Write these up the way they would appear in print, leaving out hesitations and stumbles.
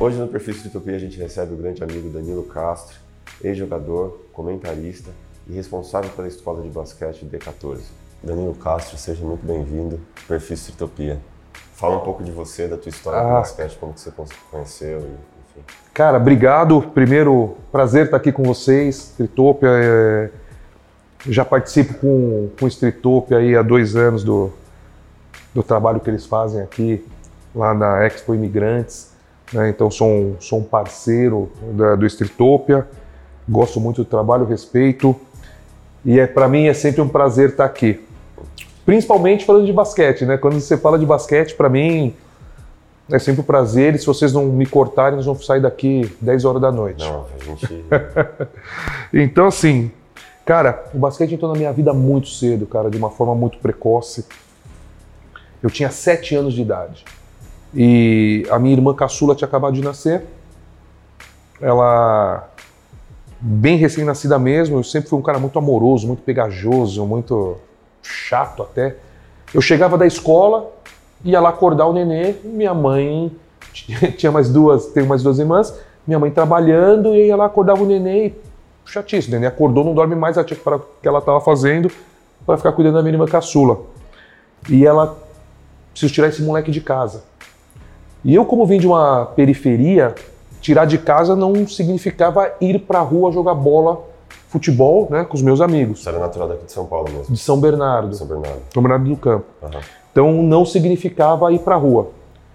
Hoje no Perfil Streetopia a gente recebe o grande amigo Danilo Castro, ex-jogador, comentarista e responsável pela escola de basquete D14. Danilo Castro, seja muito bem-vindo ao Perfil Streetopia. Fala um pouco de você, da tua história com basquete, como que você conheceu, enfim. Cara, obrigado. Primeiro, prazer estar aqui com vocês. Streetopia, já participo com o Streetopia aí há 2 anos do trabalho que eles fazem aqui, lá na Expo Imigrantes. Né? Então sou um parceiro do Streetopia, gosto muito do trabalho, respeito. E para mim é sempre um prazer estar aqui. Principalmente falando de basquete, né? Quando você fala de basquete, para mim é sempre um prazer. E se vocês não me cortarem, nós vamos sair daqui 10 horas da noite. Não, a gente... Então, assim, cara, o basquete entrou na minha vida muito cedo, cara, de uma forma muito precoce. Eu tinha 7 anos de idade. E a minha irmã caçula tinha acabado de nascer. Ela, bem recém-nascida mesmo, eu sempre fui um cara muito amoroso, muito pegajoso, muito chato até. Eu chegava da escola, ia lá acordar o nenê, minha mãe tem mais duas irmãs, minha mãe trabalhando, e ia lá acordava o nenê e chatíssimo, o nenê acordou, não dorme mais, ela tinha que parar o que ela estava fazendo para ficar cuidando da minha irmã caçula. E ela, preciso tirar esse moleque de casa. E eu, como vim de uma periferia, tirar de casa não significava ir pra rua jogar bola, futebol, né, com os meus amigos. Você era natural daqui de São Paulo mesmo? De São Bernardo. São Bernardo. São Bernardo do Campo. Uhum. Então não significava ir pra rua.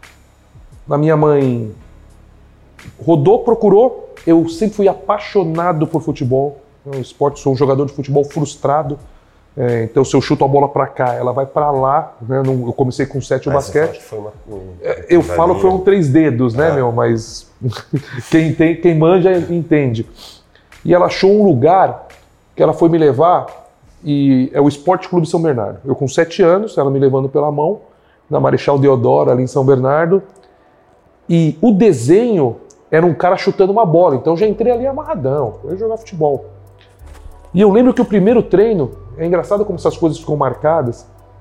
A minha mãe rodou, procurou. Eu sempre fui apaixonado por futebol. No esporte, sou um jogador de futebol frustrado. Então se eu chuto a bola pra cá, ela vai pra lá. Né? Eu comecei com 7 o basquete. Eu falo que foi um 3 dedos, né, meu? Mas quem manja entende. E ela achou um lugar que ela foi me levar, e é o Esporte Clube São Bernardo. Eu com 7 anos, ela me levando pela mão, na Marechal Deodoro, ali em São Bernardo. E o desenho era um cara chutando uma bola, então eu já entrei ali amarradão, eu ia jogar futebol. E eu lembro que o primeiro treino, é engraçado como essas coisas ficam marcadas,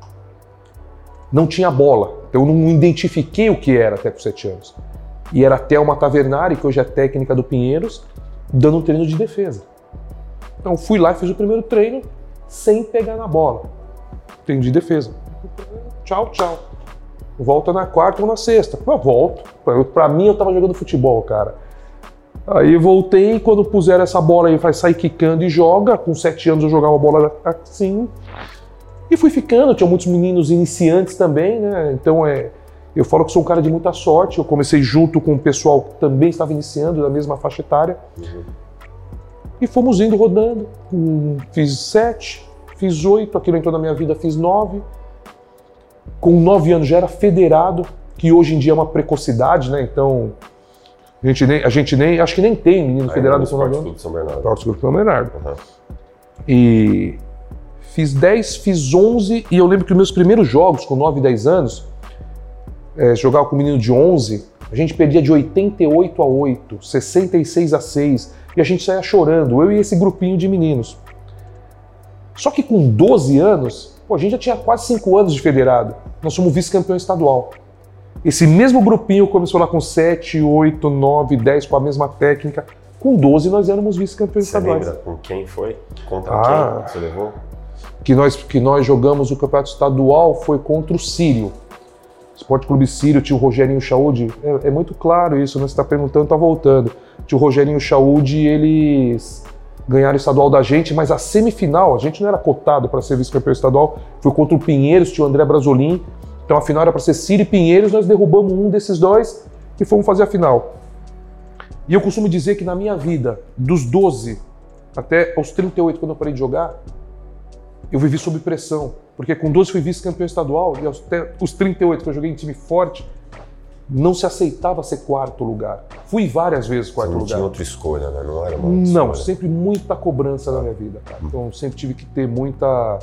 não tinha bola, eu não identifiquei o que era até com 7 anos. E era a Thelma Tavernari, que hoje é técnica do Pinheiros, dando um treino de defesa. Então fui lá e fiz o primeiro treino sem pegar na bola. Treino de defesa. Tchau, tchau. Volta na quarta ou na sexta. Eu volto. Pra mim eu tava jogando futebol, cara. Aí voltei e quando puseram essa bola aí, faz sair quicando e joga. Com 7 anos eu jogava a bola assim. E fui ficando, tinha muitos meninos iniciantes também, né? Então eu falo que sou um cara de muita sorte. Eu comecei junto com o pessoal que também estava iniciando, da mesma faixa etária. Uhum. E fomos indo, rodando. Fiz 7, fiz 8, aquilo entrou na minha vida, fiz 9. Com 9 anos já era federado, que hoje em dia é uma precocidade, né? Então, a gente nem acho que nem tem menino federado com 9 anos. Clube São Bernardo. Esporte Clube São Bernardo. Uhum. E fiz 10, fiz 11, e eu lembro que os meus primeiros jogos, com 9 e 10 anos, jogava com um menino de 11, a gente perdia de 88-8, 66-6, e a gente saía chorando, eu e esse grupinho de meninos. Só que com 12 anos, a gente já tinha quase 5 anos de federado, nós somos vice-campeão estadual. Esse mesmo grupinho começou lá com 7, 8, 9, 10, com a mesma técnica, com 12 nós éramos vice-campeões estaduais. Você lembra com quem foi? Contra quem você levou? Que nós jogamos o campeonato estadual foi contra o Sírio. Esporte Clube Sírio, tio Rogerinho Chaúdi, é muito claro isso, né? Você está perguntando, está voltando. Tio Rogerinho Chaúdi, eles ganharam o estadual da gente, mas a semifinal, a gente não era cotado para ser vice-campeão estadual, foi contra o Pinheiros, tio André Brasolin. Então a final era para ser Sírio e Pinheiros, nós derrubamos um desses dois e fomos fazer a final. E eu costumo dizer que na minha vida, dos 12 até os 38, quando eu parei de jogar, eu vivi sob pressão, porque com 12 fui vice-campeão estadual e até os 38 que eu joguei em time forte, não se aceitava ser 4º lugar. Fui várias vezes 4º lugar. Não tinha outra escolha, né? Não era uma Não, escolha. sempre muita cobrança na minha vida, cara. Então sempre tive que ter muita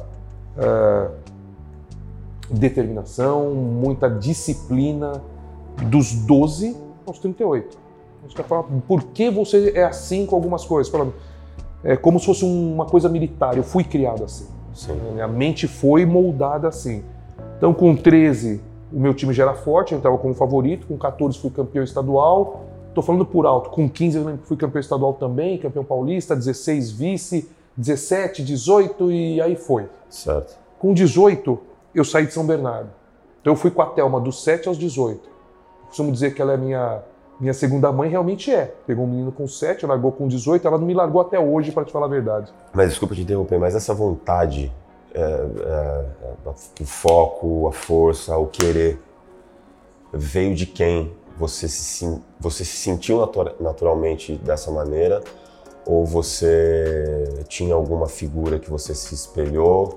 determinação, muita disciplina dos 12 aos 38. Você quer falar, por que você é assim com algumas coisas? É como se fosse uma coisa militar, eu fui criado assim. Sim. Minha mente foi moldada assim. Então com 13 o meu time já era forte, eu estava como favorito, com 14 fui campeão estadual, tô falando por alto, com 15 eu fui campeão estadual também, campeão paulista, 16 vice, 17, 18 e aí foi. Certo. Com 18 eu saí de São Bernardo. Então eu fui com a Thelma dos 7 aos 18. Eu costumo dizer que ela é minha segunda mãe, realmente é. Pegou um menino com 7, largou com 18, ela não me largou até hoje, para te falar a verdade. Mas desculpa te interromper, mas essa vontade, o foco, a força, o querer, veio de quem? Você se sentiu naturalmente dessa maneira? Ou você tinha alguma figura que você se espelhou?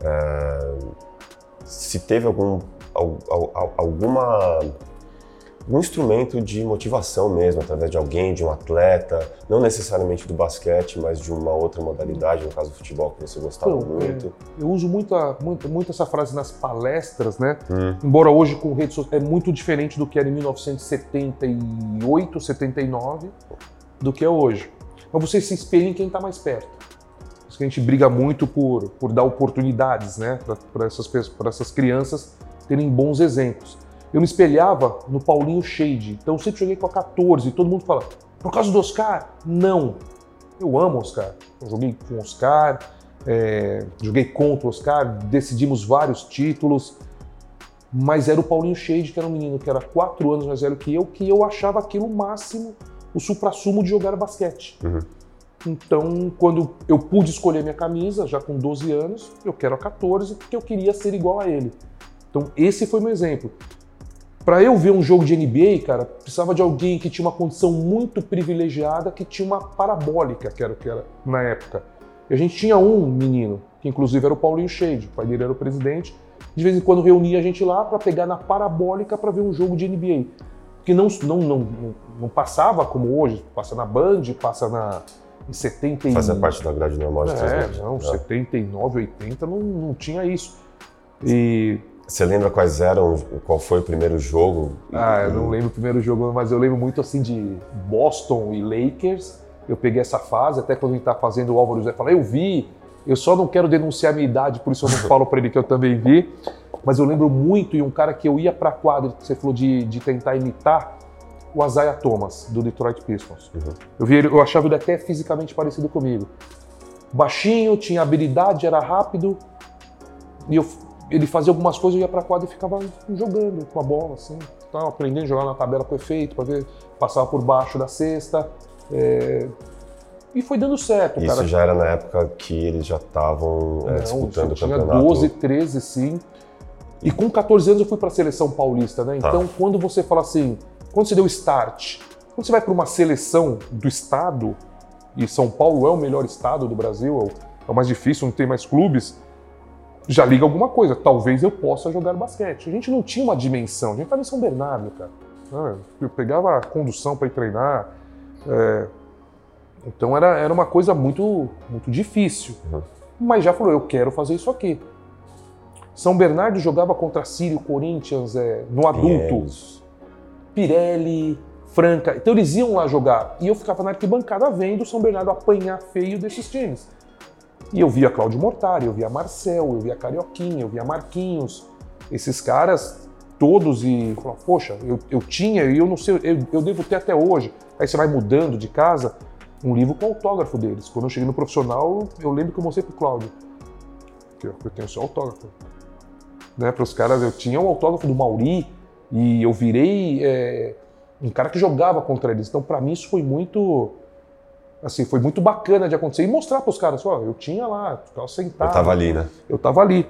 Se teve algum instrumento de motivação mesmo, através de alguém, de um atleta, não necessariamente do basquete, mas de uma outra modalidade, no caso do futebol, que você gostava muito? Eu uso muito essa frase nas palestras, né? Embora hoje com redes sociais é muito diferente do que era em 1978, 79, do que é hoje. Mas você se espelha em quem está mais perto. Por isso que a gente briga muito por dar oportunidades, né? Para essas crianças terem bons exemplos. Eu me espelhava no Paulinho Shade, então eu sempre joguei com a 14, todo mundo fala, por causa do Oscar? Não, eu amo o Oscar, eu joguei com o Oscar, joguei contra o Oscar, decidimos vários títulos, mas era o Paulinho Shade, que era um menino que era 4 anos mais velho que eu achava aquilo o máximo, o suprassumo de jogar basquete. Então, quando eu pude escolher minha camisa, já com 12 anos, eu quero a 14, porque eu queria ser igual a ele. Então, esse foi meu exemplo. Para eu ver um jogo de NBA, cara, precisava de alguém que tinha uma condição muito privilegiada, que tinha uma parabólica, que era na época. E a gente tinha um menino, que inclusive era o Paulinho Shade, o pai dele era o presidente, de vez em quando reunia a gente lá para pegar na parabólica para ver um jogo de NBA. Porque não passava como hoje, passa na Band, passa em 70 Fazia parte da grade normal de transmissão. Não, 79, 80 não tinha isso. Você lembra qual foi o primeiro jogo? Eu não lembro o primeiro jogo, mas eu lembro muito assim de Boston e Lakers. Eu peguei essa fase, até quando a gente tá fazendo o Álvaro José fala, eu vi, eu só não quero denunciar a minha idade, por isso eu não falo para ele que eu também vi. Mas eu lembro muito, e um cara que eu ia pra quadra, que você falou de tentar imitar, o Isaiah Thomas, do Detroit Pistons. Eu achava ele até fisicamente parecido comigo. Baixinho, tinha habilidade, era rápido, e ele fazia algumas coisas, eu ia pra quadra e ficava jogando com a bola, assim, aprendendo a jogar na tabela com efeito, para ver, passava por baixo da cesta, e foi dando certo, Isso cara. Já era na época que eles já estavam disputando o campeonato? Tinha 12, 13, sim, e com 14 anos eu fui pra seleção paulista, né, então quando você fala assim, quando você deu start, quando você vai para uma seleção do estado, e São Paulo é o melhor estado do Brasil, é o mais difícil, não tem mais clubes, já liga alguma coisa, talvez eu possa jogar basquete. A gente não tinha uma dimensão, a gente estava em São Bernardo, cara. Eu pegava a condução para ir treinar, então era uma coisa muito, muito difícil. Mas já falou, eu quero fazer isso aqui. São Bernardo jogava contra Sírio, Corinthians, no adulto, Pirelli, Franca, então eles iam lá jogar, e eu ficava na arquibancada vendo o São Bernardo apanhar feio desses times. E eu via Cláudio Mortari, eu via Marcel, eu via Carioquinha, eu via Marquinhos, esses caras todos, e falava, poxa, eu tinha, e eu não sei, eu devo ter até hoje. Aí você vai mudando de casa, um livro com autógrafo deles. Quando eu cheguei no profissional, eu lembro que eu mostrei pro Cláudio, que eu tenho seu autógrafo. Né, para os caras, eu tinha um autógrafo do Mauri, e eu virei um cara que jogava contra eles. Então, para mim, isso foi muito... Assim, foi muito bacana de acontecer e mostrar para os caras, eu tinha lá, ficava sentado. Eu tava ali, né? Eu tava ali.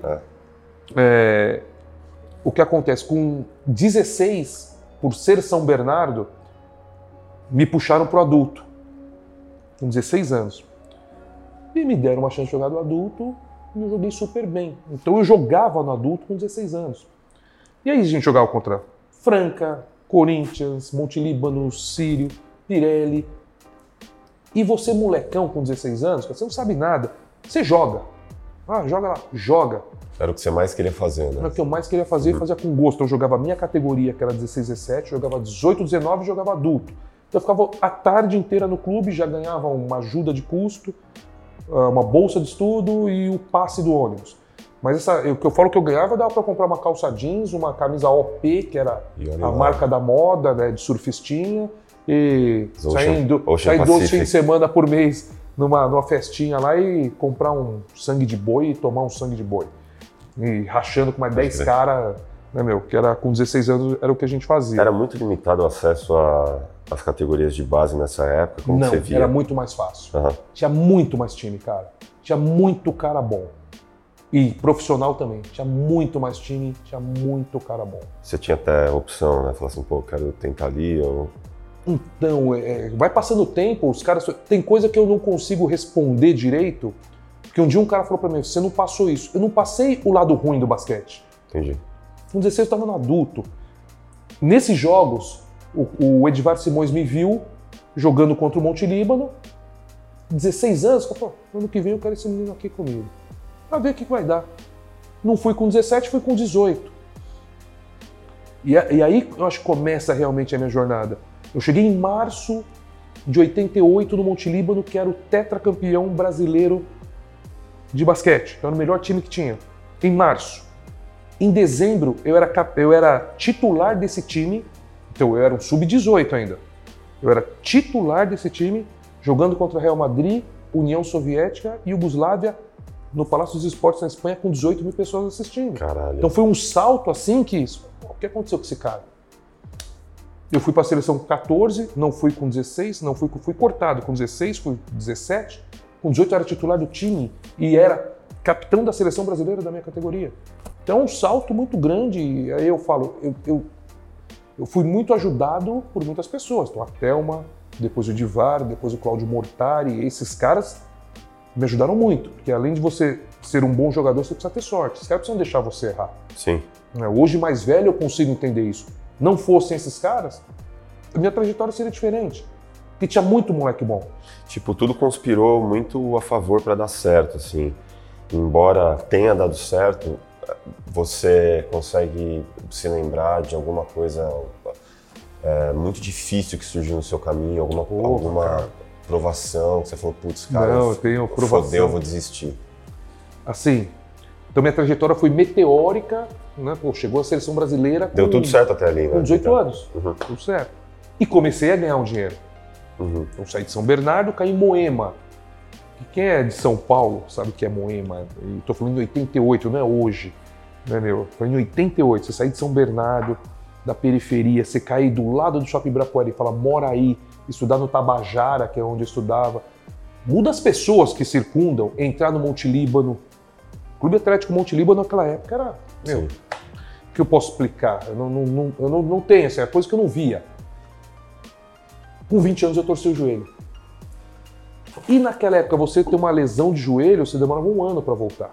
O que acontece? Com 16, por ser São Bernardo, me puxaram pro adulto, com 16 anos. E me deram uma chance de jogar no adulto e eu joguei super bem. Então eu jogava no adulto com 16 anos. E aí a gente jogava contra Franca, Corinthians, Monte Líbano, Sírio, Pirelli. E você, molecão com 16 anos, você não sabe nada, você joga. Joga lá, joga. Era o que você mais queria fazer, né? Era o que eu mais queria fazer, fazia com gosto. Então eu jogava a minha categoria, que era 16, 17, jogava 18, 19 e jogava adulto. Então eu ficava a tarde inteira no clube, já ganhava uma ajuda de custo, uma bolsa de estudo e o passe do ônibus. Mas o que eu falo que eu ganhava, dava para comprar uma calça jeans, uma camisa OP, que era a marca da moda, né, de surfistinha, e sair 2 fins de semana por mês numa festinha lá e comprar um sangue de boi e tomar um sangue de boi. E rachando com mais 10 caras, né, meu? Que era com 16 anos era o que a gente fazia. Era muito limitado o acesso às categorias de base nessa época? Como Não, você via? era muito mais fácil. Tinha muito mais time, cara. Tinha muito cara bom. E profissional também. Tinha muito mais time, tinha muito cara bom. Você tinha até opção, né? Falar assim, pô, quero tentar ali ou... Então, vai passando o tempo, os caras... Tem coisa que eu não consigo responder direito, porque um dia um cara falou pra mim, você não passou isso. Eu não passei o lado ruim do basquete. Entendi. Com 16 eu estava no adulto. Nesses jogos, o Edvar Simões me viu jogando contra o Monte Líbano, 16 anos, falou, ano que vem eu quero esse menino aqui comigo. Pra ver o que vai dar. Não fui com 17, fui com 18. E aí eu acho que começa realmente a minha jornada. Eu cheguei em março de 88 no Monte Líbano, que era o tetracampeão brasileiro de basquete. Então era o melhor time que tinha. Em março. Em dezembro, eu era titular desse time, então eu era um sub-18 ainda. Eu era titular desse time, jogando contra Real Madrid, União Soviética e Iugoslávia, no Palácio dos Esportes na Espanha, com 18 mil pessoas assistindo. Caralho. Então foi um salto assim que... O que aconteceu com esse cara? Eu fui para a seleção com 14, não fui com 16, fui cortado com 16, fui 17, com 18 eu era titular do time e era capitão da seleção brasileira da minha categoria. Então é um salto muito grande, e aí eu falo, eu fui muito ajudado por muitas pessoas. Então a Thelma, depois o Edvar, depois o Cláudio Mortari, esses caras me ajudaram muito, porque além de você ser um bom jogador, você precisa ter sorte. Esses caras precisam deixar você errar. Sim. Hoje, mais velho, eu consigo entender isso. Não fossem esses caras, a minha trajetória seria diferente. Porque tinha muito moleque bom. Tipo, tudo conspirou muito a favor para dar certo, assim. Embora tenha dado certo, você consegue se lembrar de alguma coisa muito difícil que surgiu no seu caminho, alguma provação que você falou, putz, cara, não, eu tenho provação. Fodeu, eu vou desistir. Assim, então minha trajetória foi meteórica, né? Pô, chegou a seleção brasileira Deu tudo certo até ali, né? Com 18 anos, tudo certo. E comecei a ganhar um dinheiro. Eu saí de São Bernardo, caí em Moema. E quem é de São Paulo sabe o que é Moema. Estou falando em 88, não é hoje. Né, meu? Foi em 88, você sair de São Bernardo, da periferia, você cair do lado do Shopping Ibirapuera e falar, mora aí, estudar no Tabajara, que é onde eu estudava. Muda as pessoas que circundam, entrar no Monte Líbano. O Clube Atlético Monte Líbano naquela época era... Meu, o que eu posso explicar? Eu não tenho, assim, é coisa que eu não via. Com 20 anos eu torci o joelho. E naquela época, você ter uma lesão de joelho, você demorava 1 ano para voltar.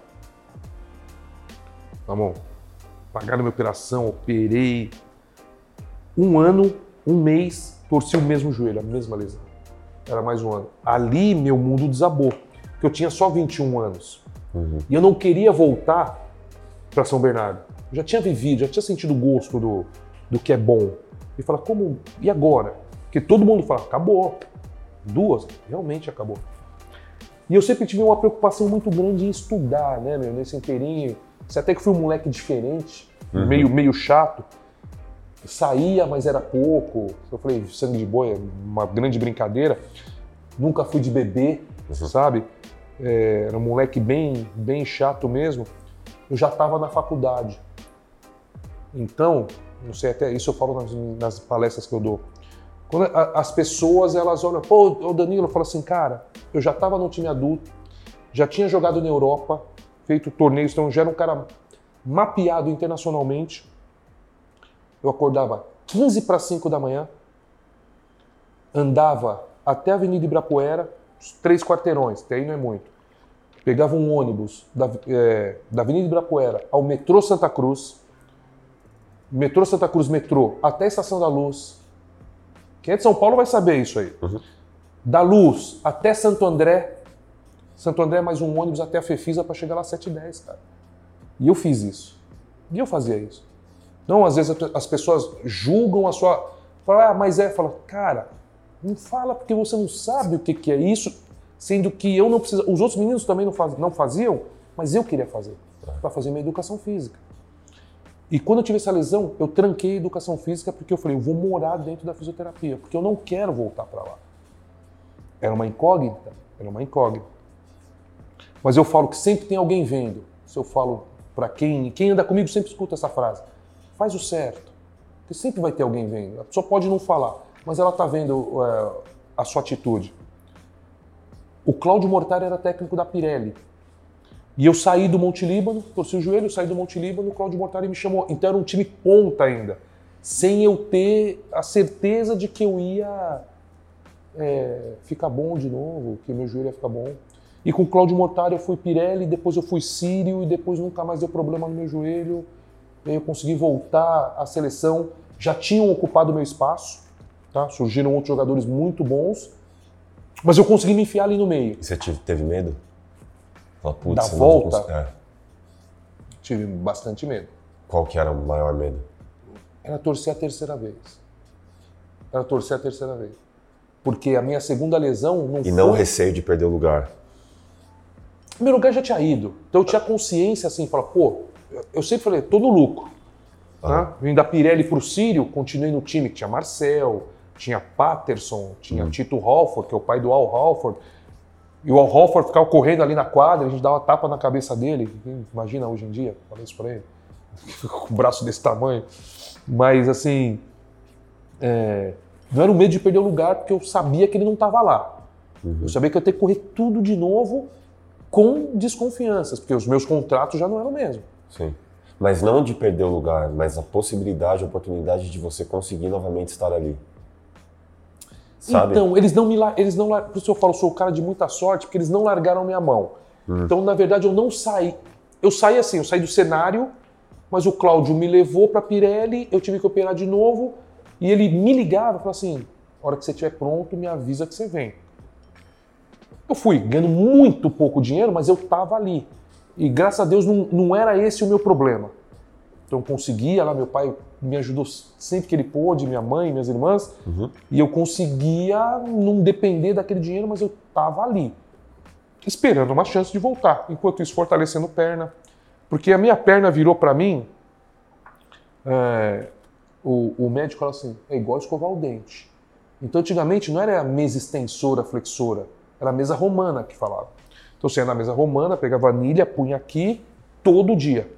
Tá bom? Pagaram minha operação, operei. 1 ano, 1 mês, torci o mesmo joelho, a mesma lesão. Era mais 1 ano. Ali, meu mundo desabou. Porque eu tinha só 21 anos. E eu não queria voltar para São Bernardo. Eu já tinha vivido, já tinha sentido o gosto do que é bom. E falar, como? E agora? Porque todo mundo fala, acabou. 2, realmente acabou. E eu sempre tive uma preocupação muito grande em estudar, né, meu, nesse inteirinho. Você até que fui um moleque diferente, meio chato. Saía, mas era pouco. Eu falei, sangue de boi é uma grande brincadeira. Nunca fui de beber, sabe? Era um moleque bem chato mesmo. Eu já estava na faculdade. Então, não sei, até isso eu falo nas palestras que eu dou. Quando as pessoas, elas olham, pô, o Danilo fala assim, cara, eu já estava no time adulto, já tinha jogado na Europa, feito torneios, então já era um cara mapeado internacionalmente. Eu acordava 15 para 5 da manhã, andava até a Avenida Ibirapuera, 3 quarteirões, até aí não é muito. Pegava um ônibus da Avenida Ibirapuera ao metrô Santa Cruz, metrô até a Estação da Luz. Quem é de São Paulo vai saber isso aí. Da Luz até Santo André. Santo André mais um ônibus até a Fefisa para chegar lá às 7h10, cara. E eu fiz isso. E eu fazia isso. Então, às vezes as pessoas julgam a sua... Fala, mas fala, cara, não fala porque você não sabe o que é isso, sendo que eu não preciso... Os outros meninos também não faziam, mas eu queria fazer. Para fazer minha educação física. E quando eu tive essa lesão, eu tranquei a educação física porque eu falei, eu vou morar dentro da fisioterapia, porque eu não quero voltar para lá. Era uma incógnita. Mas eu falo que sempre tem alguém vendo. Se eu falo para quem anda comigo sempre escuta essa frase, faz o certo, porque sempre vai ter alguém vendo. A pessoa pode não falar, mas ela está vendo a sua atitude. O Cláudio Mortari era técnico da Pirelli. E eu saí do Monte Líbano, torci o joelho, saí do Monte Líbano, o Cláudio Mortari me chamou. Então era um time ponta ainda, sem eu ter a certeza de que eu ia ficar bom de novo, que meu joelho ia ficar bom. E com o Cláudio Mortari eu fui Pirelli, depois eu fui Sírio e depois nunca mais deu problema no meu joelho. E aí eu consegui voltar à seleção. Já tinham ocupado meu espaço, tá? Surgiram outros jogadores muito bons, mas eu consegui me enfiar ali no meio. E você teve medo? Da volta? Tive bastante medo. Qual que era o maior medo? Era torcer a terceira vez. Porque a minha segunda lesão não foi... E não receio de perder o lugar? Meu lugar já tinha ido. Então eu tinha consciência assim, falar, pô, eu sempre falei, tô no lucro. Né? Vim da Pirelli pro Sírio, continuei no time que tinha Marcel, tinha Patterson, tinha Tito Halford, que é o pai do Al Halford. E o Al Halford ficava correndo ali na quadra, a gente dava tapa na cabeça dele. Imagina hoje em dia, falei isso pra ele. Com o braço desse tamanho. Mas assim, não era o medo de perder o lugar, porque eu sabia que ele não estava lá. Eu sabia que eu ia ter que correr tudo de novo com desconfianças, porque os meus contratos já não eram o mesmo. Sim. Mas não de perder o lugar, mas a possibilidade, a oportunidade de você conseguir novamente estar ali. Sabe? Então, por isso eu falo, sou o cara de muita sorte, porque eles não largaram minha mão. Então, na verdade, eu não saí. Eu saí assim, eu saí do cenário, mas o Cláudio me levou para Pirelli, eu tive que operar de novo, e ele me ligava e falava assim, a hora que você estiver pronto, me avisa que você vem. Eu fui ganhando muito pouco dinheiro, mas eu estava ali. E graças a Deus não era esse o meu problema. Então eu conseguia lá, meu pai me ajudou sempre que ele pôde, minha mãe, minhas irmãs, e eu conseguia não depender daquele dinheiro, mas eu estava ali, esperando uma chance de voltar. Enquanto isso, fortalecendo perna. Porque a minha perna virou para mim, o médico falou assim, é igual escovar o dente. Então antigamente não era a mesa extensora, flexora, era a mesa romana que falava. Então você ia na mesa romana, pegava anilha, punha aqui, todo dia.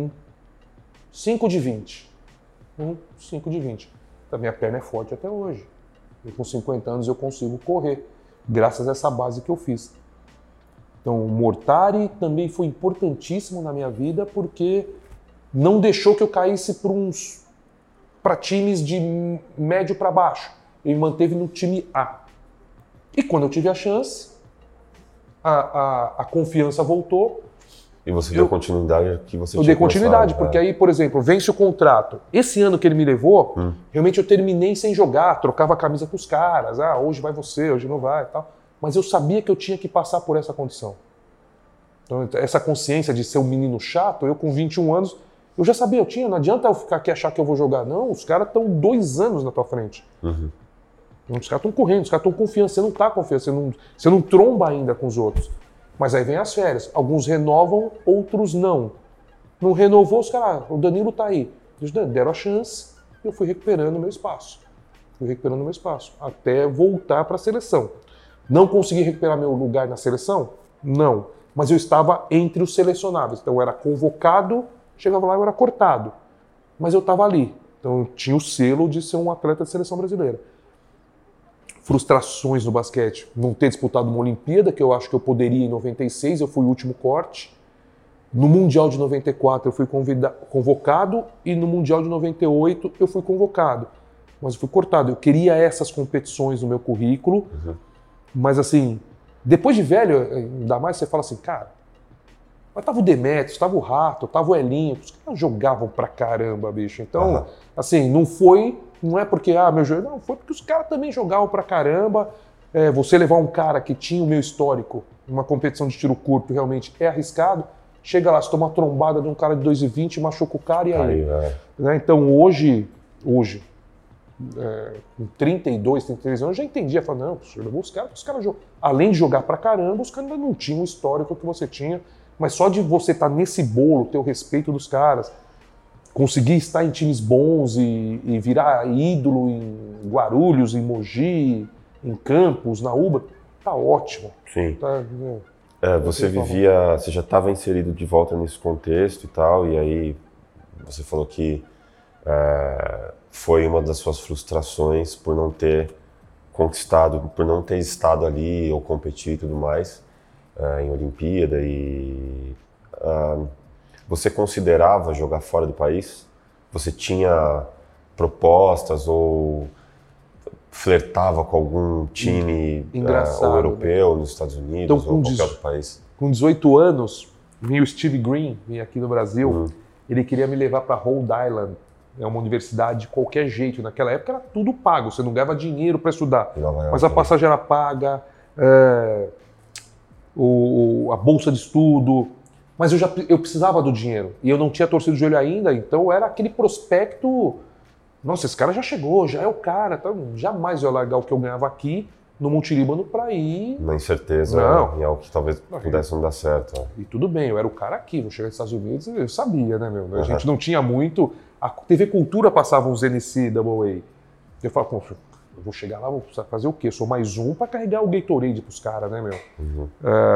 5 de 20. 5 de 20. A minha perna é forte até hoje. E com 50 anos eu consigo correr, graças a essa base que eu fiz. Então o Mortari também foi importantíssimo na minha vida, porque não deixou que eu caísse para times de médio para baixo. Ele me manteve no time A. E quando eu tive a chance, a confiança voltou. E você deu continuidade que você tinha. Eu dei continuidade, porque aí, por exemplo, vence o contrato. Esse ano que ele me levou, realmente eu terminei sem jogar, trocava a camisa com os caras. Hoje vai você, hoje não vai e tal. Mas eu sabia que eu tinha que passar por essa condição. Então, essa consciência de ser um menino chato, eu com 21 anos, eu já sabia, não adianta eu ficar aqui e achar que eu vou jogar. Não, os caras estão 2 anos na tua frente. Os caras estão correndo, os caras estão confiando, você não está confiando, você não tromba ainda com os outros. Mas aí vem as férias, alguns renovam, outros não. Não renovou, os caras, o Danilo está aí. Eles deram a chance e eu fui recuperando o meu espaço. Até voltar para a seleção. Não consegui recuperar meu lugar na seleção? Não. Mas eu estava entre os selecionáveis. Então eu era convocado, chegava lá e eu era cortado. Mas eu estava ali. Então eu tinha o selo de ser um atleta de seleção brasileira. Frustrações no basquete. Não ter disputado uma Olimpíada, que eu acho que eu poderia em 96, eu fui o último corte. No Mundial de 94 eu fui convocado e no Mundial de 98 eu fui convocado. Mas eu fui cortado. Eu queria essas competições no meu currículo, mas assim, depois de velho, ainda mais você fala assim, cara, mas tava o Demetrius, tava o Rato, tava o Elinho, os caras jogavam pra caramba, bicho. Então, assim, não é porque, meu joelho, não, foi porque os caras também jogavam pra caramba. Você levar um cara que tinha o meu histórico, uma competição de tiro curto, realmente é arriscado. Chega lá, você toma uma trombada de um cara de 2,20, machuca o cara e aí? Né? Então hoje, com 32, 33 anos, eu já entendia, falei, não, você levou os caras além de jogar pra caramba, os caras ainda não tinham o histórico que você tinha, mas só de você estar nesse bolo, ter o respeito dos caras, conseguir estar em times bons e virar ídolo em Guarulhos, em Mogi, em Campos, na UBA, tá ótimo. Sim. Tá, você já estava inserido de volta nesse contexto e tal, e aí você falou que foi uma das suas frustrações por não ter conquistado, por não ter estado ali ou competir e tudo mais em Olimpíada. E você considerava jogar fora do país? Você tinha propostas ou flertava com algum time ou europeu, nos Estados Unidos, então, ou qualquer outro país? Com 18 anos, veio o Steve Green, veio aqui no Brasil, ele queria me levar para Rhode Island, é uma universidade de qualquer jeito. Naquela época era tudo pago, você não ganhava dinheiro para estudar, mas a passagem era paga, a bolsa de estudo, mas eu precisava do dinheiro e eu não tinha torcido o joelho ainda, então era aquele prospecto. Nossa, esse cara já chegou, já é o cara. Então, jamais eu ia largar o que eu ganhava aqui no Monte Líbano para ir. Na incerteza, em algo que talvez pudesse não dar certo. E tudo bem, eu era o cara aqui, vou chegar nos Estados Unidos, eu sabia, né, meu? A gente não tinha muito. A TV Cultura passava uns NCAA. Eu falava, pô, eu vou chegar lá, vou fazer o quê? Eu sou mais um para carregar o Gatorade pros caras, né, meu?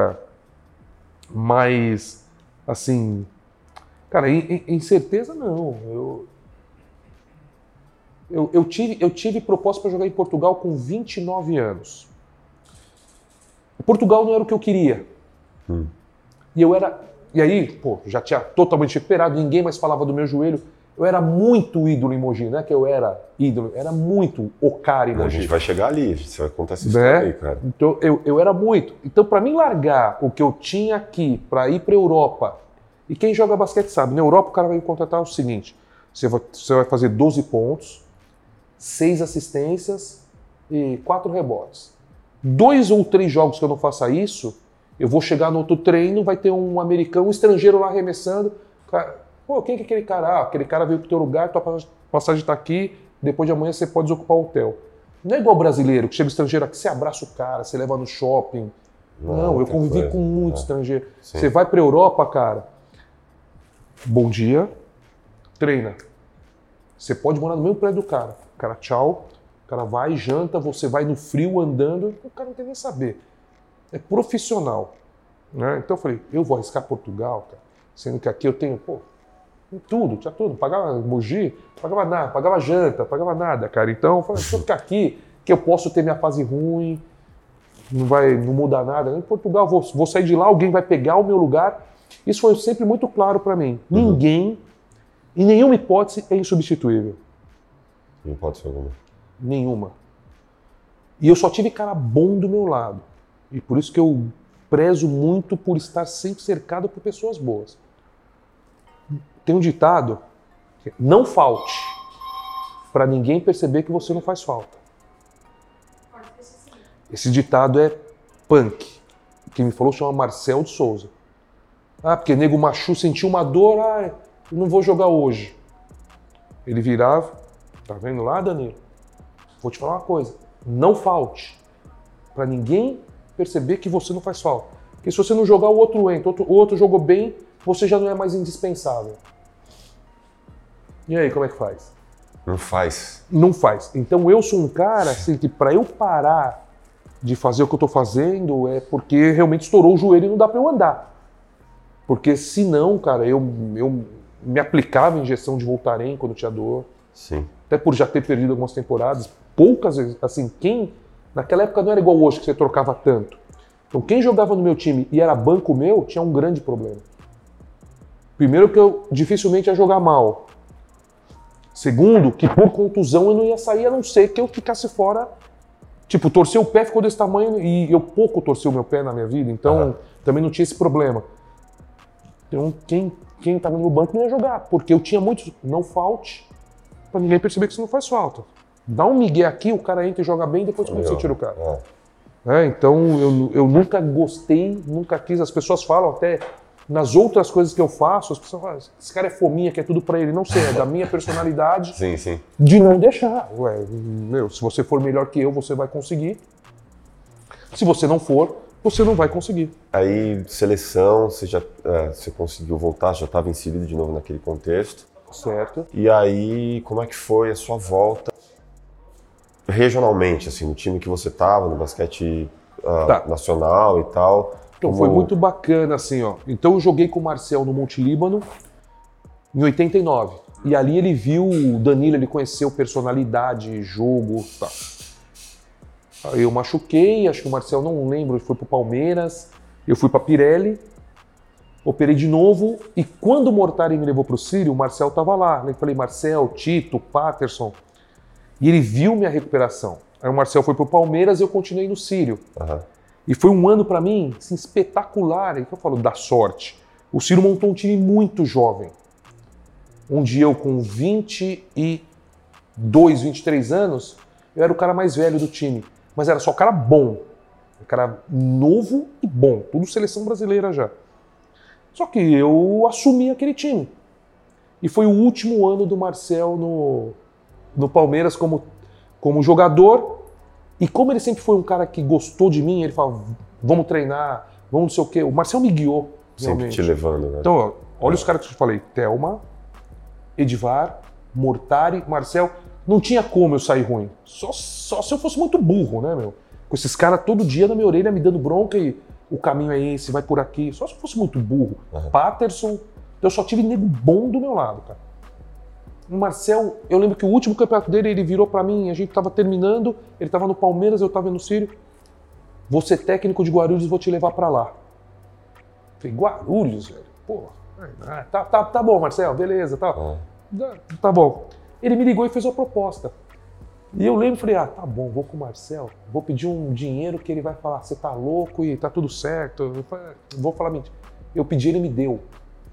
Mas, assim, cara, incerteza não. Eu tive proposta para jogar em Portugal com 29 anos. Portugal não era o que eu queria. E aí, pô, já tinha totalmente recuperado, ninguém mais falava do meu joelho. Eu era muito ídolo em Mogi, não é que eu era ídolo, era muito o cara em Mogi. A gente vai chegar ali, você vai contar essa história aí, cara. Então, eu era muito. Então, para mim largar o que eu tinha aqui para ir para a Europa, e quem joga basquete sabe, na Europa o cara vai me contratar o seguinte, você vai fazer 12 pontos, 6 assistências e 4 rebotes. 2 ou 3 jogos que eu não faça isso, eu vou chegar no outro treino, vai ter um americano, um estrangeiro lá arremessando. Pô, quem que é aquele cara? Aquele cara veio pro teu lugar, tua passagem está aqui, depois de amanhã você pode desocupar o hotel. Não é igual brasileiro, que chega estrangeiro aqui, você abraça o cara, você leva no shopping. Não, eu convivi com muito estrangeiro. Sim. Você vai pra Europa, cara, bom dia, treina. Você pode morar no mesmo prédio do cara. O cara, tchau, o cara vai, janta, você vai no frio andando, o cara não tem nem saber. É profissional. Né? Então eu falei, eu vou arriscar Portugal, cara, sendo que aqui eu tenho, tudo, tinha tudo. Pagava Mogi, pagava nada, pagava janta, pagava nada, cara. Então eu falei, deixa eu ficar aqui, que eu posso ter minha fase ruim, não muda nada. Em Portugal, vou sair de lá, alguém vai pegar o meu lugar. Isso foi sempre muito claro para mim. Ninguém, em nenhuma hipótese, é insubstituível. Não pode ser alguma. Nenhuma. E eu só tive cara bom do meu lado. E por isso que eu prezo muito por estar sempre cercado por pessoas boas. Tem um ditado, não falte, para ninguém perceber que você não faz falta. Esse ditado é punk. Quem me falou chama Marcel de Souza. Porque nego machu sentiu uma dor, eu não vou jogar hoje. Ele virava, tá vendo lá, Danilo? Vou te falar uma coisa, não falte, para ninguém perceber que você não faz falta. Porque se você não jogar, o outro entra, o outro jogou bem, você já não é mais indispensável. E aí, como é que faz? Não faz. Não faz. Então eu sou um cara assim, que para eu parar de fazer o que eu tô fazendo é porque realmente estourou o joelho e não dá para eu andar. Porque senão, cara, eu me aplicava injeção de Voltaren quando tinha dor. Sim. Até por já ter perdido algumas temporadas. Poucas vezes, assim, naquela época não era igual hoje que você trocava tanto. Então quem jogava no meu time e era banco meu, tinha um grande problema. Primeiro que eu dificilmente ia jogar mal. Segundo, que por contusão eu não ia sair, a não ser que eu ficasse fora. Tipo, torcer o pé ficou desse tamanho e eu pouco torci o meu pé na minha vida, então também não tinha esse problema. Então quem estava no meu banco não ia jogar, porque eu tinha muitos. Não falte, pra ninguém perceber que isso não faz falta. Dá um migué aqui, o cara entra e joga bem, depois como você tira o cara. Então eu nunca gostei, nunca quis. As pessoas falam até nas outras coisas que eu faço, as pessoas falam, esse cara é fominha, que é tudo pra ele. Não sei, é da minha personalidade sim. De não deixar. Se você for melhor que eu, você vai conseguir. Se você não for, você não vai conseguir. Aí, seleção, você conseguiu voltar, já estava inserido de novo naquele contexto. Certo. E aí, como é que foi a sua volta regionalmente, assim, no time que você estava, no basquete nacional e tal? Então foi muito bacana, assim, ó. Então eu joguei com o Marcel no Monte Líbano em 89. E ali ele viu o Danilo, ele conheceu personalidade, jogo, tá. Aí eu machuquei, acho que o Marcel, não lembro, ele foi pro Palmeiras, eu fui pra Pirelli, operei de novo, e quando o Mortari me levou pro Sírio, o Marcel tava lá. Eu falei, Marcel, Tito, Patterson, e ele viu minha recuperação. Aí o Marcel foi pro Palmeiras e eu continuei no Sírio. Uhum. E foi um ano pra mim, assim, espetacular, é que eu falo da sorte. O Sírio montou um time muito jovem. Um dia eu com 22, 23 anos, eu era o cara mais velho do time. Mas era só cara bom, um cara novo e bom, tudo seleção brasileira já. Só que eu assumi aquele time. E foi o último ano do Marcel no Palmeiras como jogador. E como ele sempre foi um cara que gostou de mim, ele falava, vamos treinar, vamos não sei o quê. O Marcel me guiou, realmente. Sempre te levando, né? Então, ó, olha os caras que eu te falei, Thelma, Edivar, Mortari, Marcel. Não tinha como eu sair ruim. Só se eu fosse muito burro, né, meu? Com esses caras todo dia na minha orelha me dando bronca e o caminho é esse, vai por aqui. Só se eu fosse muito burro. Uhum. Patterson, eu só tive nego bom do meu lado, cara. O Marcel, eu lembro que o último campeonato dele, ele virou pra mim, a gente tava terminando, ele tava no Palmeiras, eu tava no Sírio. Vou ser técnico de Guarulhos e vou te levar pra lá. Falei, Guarulhos, velho? Pô, tá bom, Marcel, beleza, tá. Tá bom. Ele me ligou e fez uma proposta. E eu lembro e falei, tá bom, vou com o Marcel, vou pedir um dinheiro que ele vai falar, você tá louco e tá tudo certo. Eu falei, vou falar mentira. Eu pedi, ele me deu. Eu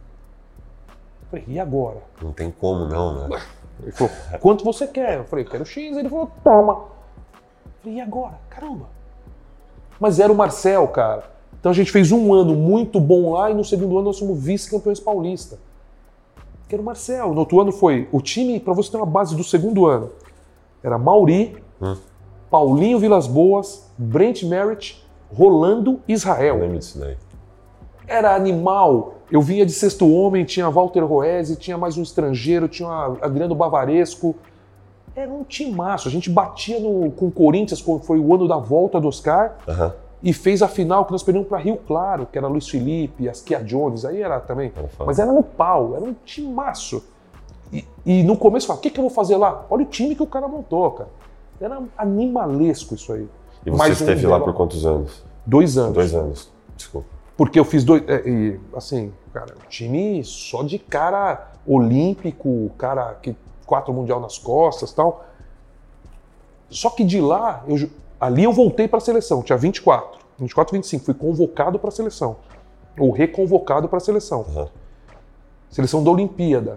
falei, e agora? Não tem como não, né? Ele falou, quanto você quer? Eu falei, quero X. Ele falou, toma. Eu falei, e agora? Caramba. Mas era o Marcel, cara. Então a gente fez um ano muito bom lá e no segundo ano nós fomos vice-campeões paulistas. Que era o Marcel. No outro ano foi o time, para você ter uma base do segundo ano, era Mauri, Paulinho Vilas Boas, Brent Merritt, Rolando Israel. Eu lembro disso daí. Era animal. Eu vinha de Sexto Homem, tinha Walter Roese, tinha mais um estrangeiro, tinha Adriano Bavaresco. Era um timaço. A gente batia com o Corinthians, foi o ano da volta do Oscar. E fez a final que nós perdemos para Rio Claro, que era Luiz Felipe, Askia Jones, aí era também. Mas era no pau, era um timaço. E no começo eu falava, o que eu vou fazer lá? Olha o time que o cara montou, cara. Era animalesco isso aí. E você esteve lá por quantos anos? 2 anos. 2 anos, desculpa. Porque eu fiz 2... assim, cara, um time só de cara olímpico, cara que 4 mundial nas costas e tal. Só que de lá, ali eu voltei para a seleção, tinha 24, 25, fui convocado para a seleção, ou reconvocado para a seleção. Seleção da Olimpíada.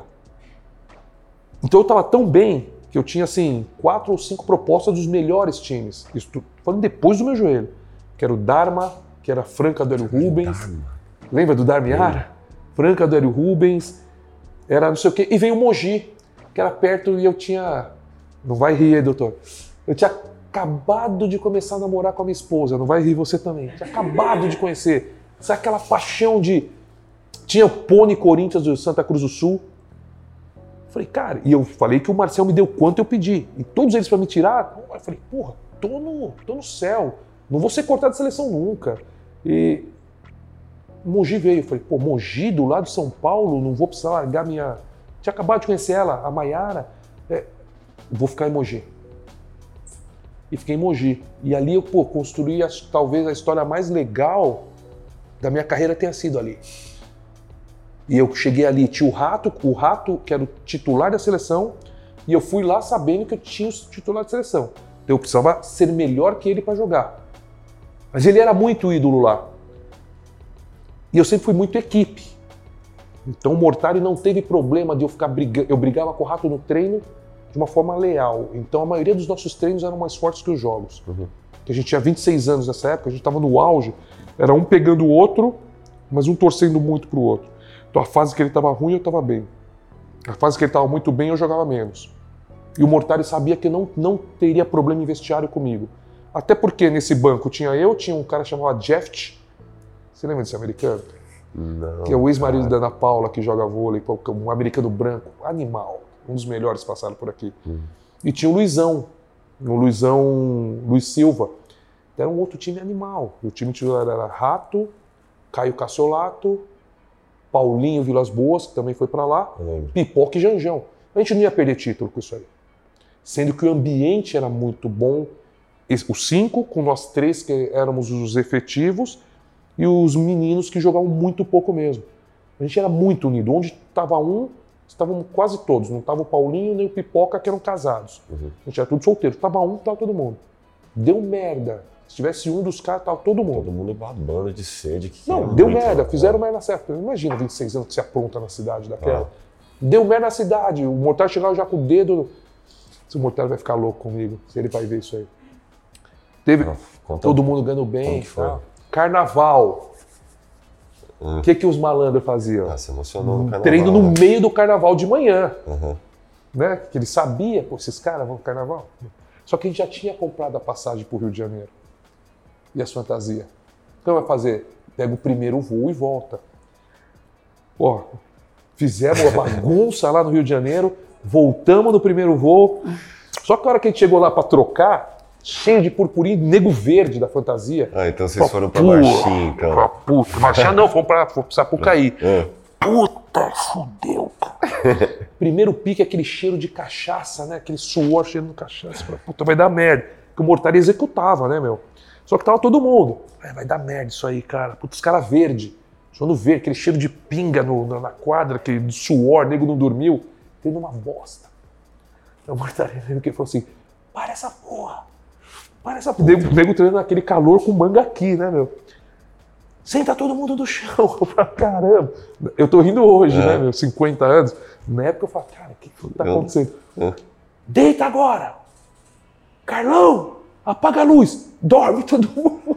Então eu estava tão bem que eu tinha, assim, 4 ou 5 propostas dos melhores times. Isso falando depois do meu joelho. Que era o Dharma, que era Franca do Hélio Rubens. Lembra do Darmiara? Franca do Hélio Rubens. Era não sei o quê. E veio o Mogi, que era perto e eu tinha... Não vai rir aí, doutor. Eu tinha acabado de começar a namorar com a minha esposa. Não vai rir você também. Eu tinha acabado de conhecer. Sabe aquela paixão de... Tinha o Pony Corinthians do Santa Cruz do Sul. Falei, cara, e eu falei que o Marcel me deu quanto eu pedi. E todos eles para me tirar, eu falei, porra, tô no céu. Não vou ser cortado de seleção nunca. E Mogi veio. Eu falei, pô, Mogi do lado de São Paulo, não vou precisar largar minha... Tinha acabado de conhecer ela, a Maiara. Vou ficar em Mogi. E fiquei em Mogi. E ali eu, construí talvez a história mais legal da minha carreira tenha sido ali. E eu cheguei ali, tinha o Rato que era o titular da seleção, e eu fui lá sabendo que eu tinha o titular da seleção. Então eu precisava ser melhor que ele para jogar. Mas ele era muito ídolo lá. E eu sempre fui muito equipe. Então o Mortari não teve problema de eu ficar brigando. Eu brigava com o Rato no treino de uma forma leal. Então a maioria dos nossos treinos eram mais fortes que os jogos. Porque a gente tinha 26 anos nessa época, a gente estava no auge. Era um pegando o outro, mas um torcendo muito pro outro. Então a fase que ele estava ruim, eu estava bem. A fase que ele estava muito bem, eu jogava menos. E o Mortari sabia que não teria problema em vestiário comigo. Até porque nesse banco tinha um cara chamado Jeff. Você lembra desse americano? Não, que é o ex-marido cara. da Ana Paula, que joga vôlei, um americano branco, animal, um dos melhores passaram por aqui. E tinha o Luizão, Luiz Silva, era um outro time animal. O time titular era Rato, Caio Cassiolato, Paulinho Vilas Boas, que também foi para lá, Eu lembro. Pipoca e Janjão. A gente não ia perder título com isso aí. Sendo que o ambiente era muito bom. Os 5, com nós 3 que éramos os efetivos, e os meninos que jogavam muito pouco mesmo. A gente era muito unido. Onde estava um, estavam quase todos. Não estava o Paulinho nem o Pipoca, que eram casados. A gente era tudo solteiro. Estava um, estava todo mundo. Deu merda. Se tivesse um dos caras, estava todo mundo. Todo mundo babando de sede. Que Não, queria deu muito, merda. né? Fizeram merda certa. Imagina 26 anos que se apronta na cidade daquela. Deu merda na cidade. O Mortari chegava já com o dedo... Se o Mortari vai ficar louco comigo, se ele vai ver isso aí. Teve todo mundo ganhando bem. que foi? Tá? Carnaval. O que os malandros faziam? Ah, se emocionou no carnaval. Treino no meio do carnaval de manhã. Uhum. Né? Que ele sabia, pô, esses caras vão pro carnaval. Só que a gente já tinha comprado a passagem pro Rio de Janeiro. E as fantasias. Então vai fazer? Pega o primeiro voo e volta. Ó, fizemos a bagunça lá no Rio de Janeiro, voltamos no primeiro voo. Só que a hora que a gente chegou lá para trocar, cheio de purpurina, nego verde da fantasia. Ah, então vocês foram pra Marchim, então. Puta, Marchim não, fomos pra Sapucaí. Puta, fudeu, cara. Primeiro pique, aquele cheiro de cachaça, né? Aquele suor cheiro de cachaça. Puta, vai dar merda. Porque o Mortari executava, né, meu? Só que tava todo mundo. Vai dar merda isso aí, cara. Puta, os caras verde. Suando verde, aquele cheiro de pinga na quadra, aquele de suor, nego não dormiu. Tendo uma bosta. O Mortari que falou assim, para essa porra. Para essa porra. O nego treinando naquele calor com manga aqui, né, meu? Senta todo mundo no chão. Eu falo, caramba. Eu tô rindo hoje, né, meu? 50 anos. Na época eu falo, cara, o que tá acontecendo? Deita agora! Carlão, apaga a luz. Dorme todo mundo.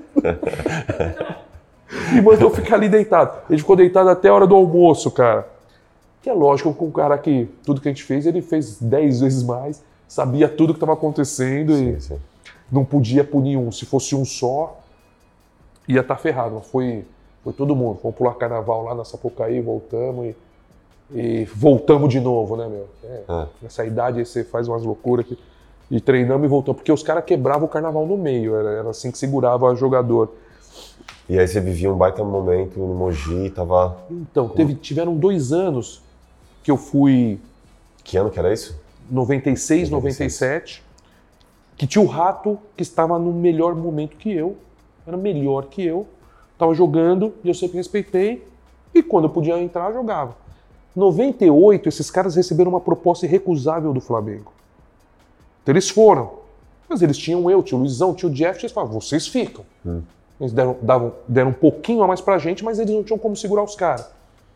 E mandou ficar ali deitado. Ele ficou deitado até a hora do almoço, cara. Que é lógico que um cara que tudo que a gente fez, ele fez 10 vezes mais, sabia tudo que estava acontecendo e não podia punir um. Se fosse um só, ia estar ferrado. Foi todo mundo. Fomos pular carnaval lá na Sapucaí, voltamos e voltamos de novo, né, meu? Nessa idade aí você faz umas loucuras aqui. E treinamos e voltamos. Porque os caras quebravam o carnaval no meio, era assim que segurava o jogador. E aí você vivia um baita momento no Mogi, tava... Então, tiveram 2 anos que eu fui... Que ano que era isso? 96, 97. Que tinha o Rato, que estava no melhor momento que eu. Era melhor que eu. Estava jogando e eu sempre respeitei. E quando eu podia entrar, eu jogava. 98, esses caras receberam uma proposta irrecusável do Flamengo. Então eles foram. Mas eles tinham tinha o Luizão, tinha o Jeff, eles falavam, vocês ficam. Eles deram um pouquinho a mais pra gente, mas eles não tinham como segurar os caras.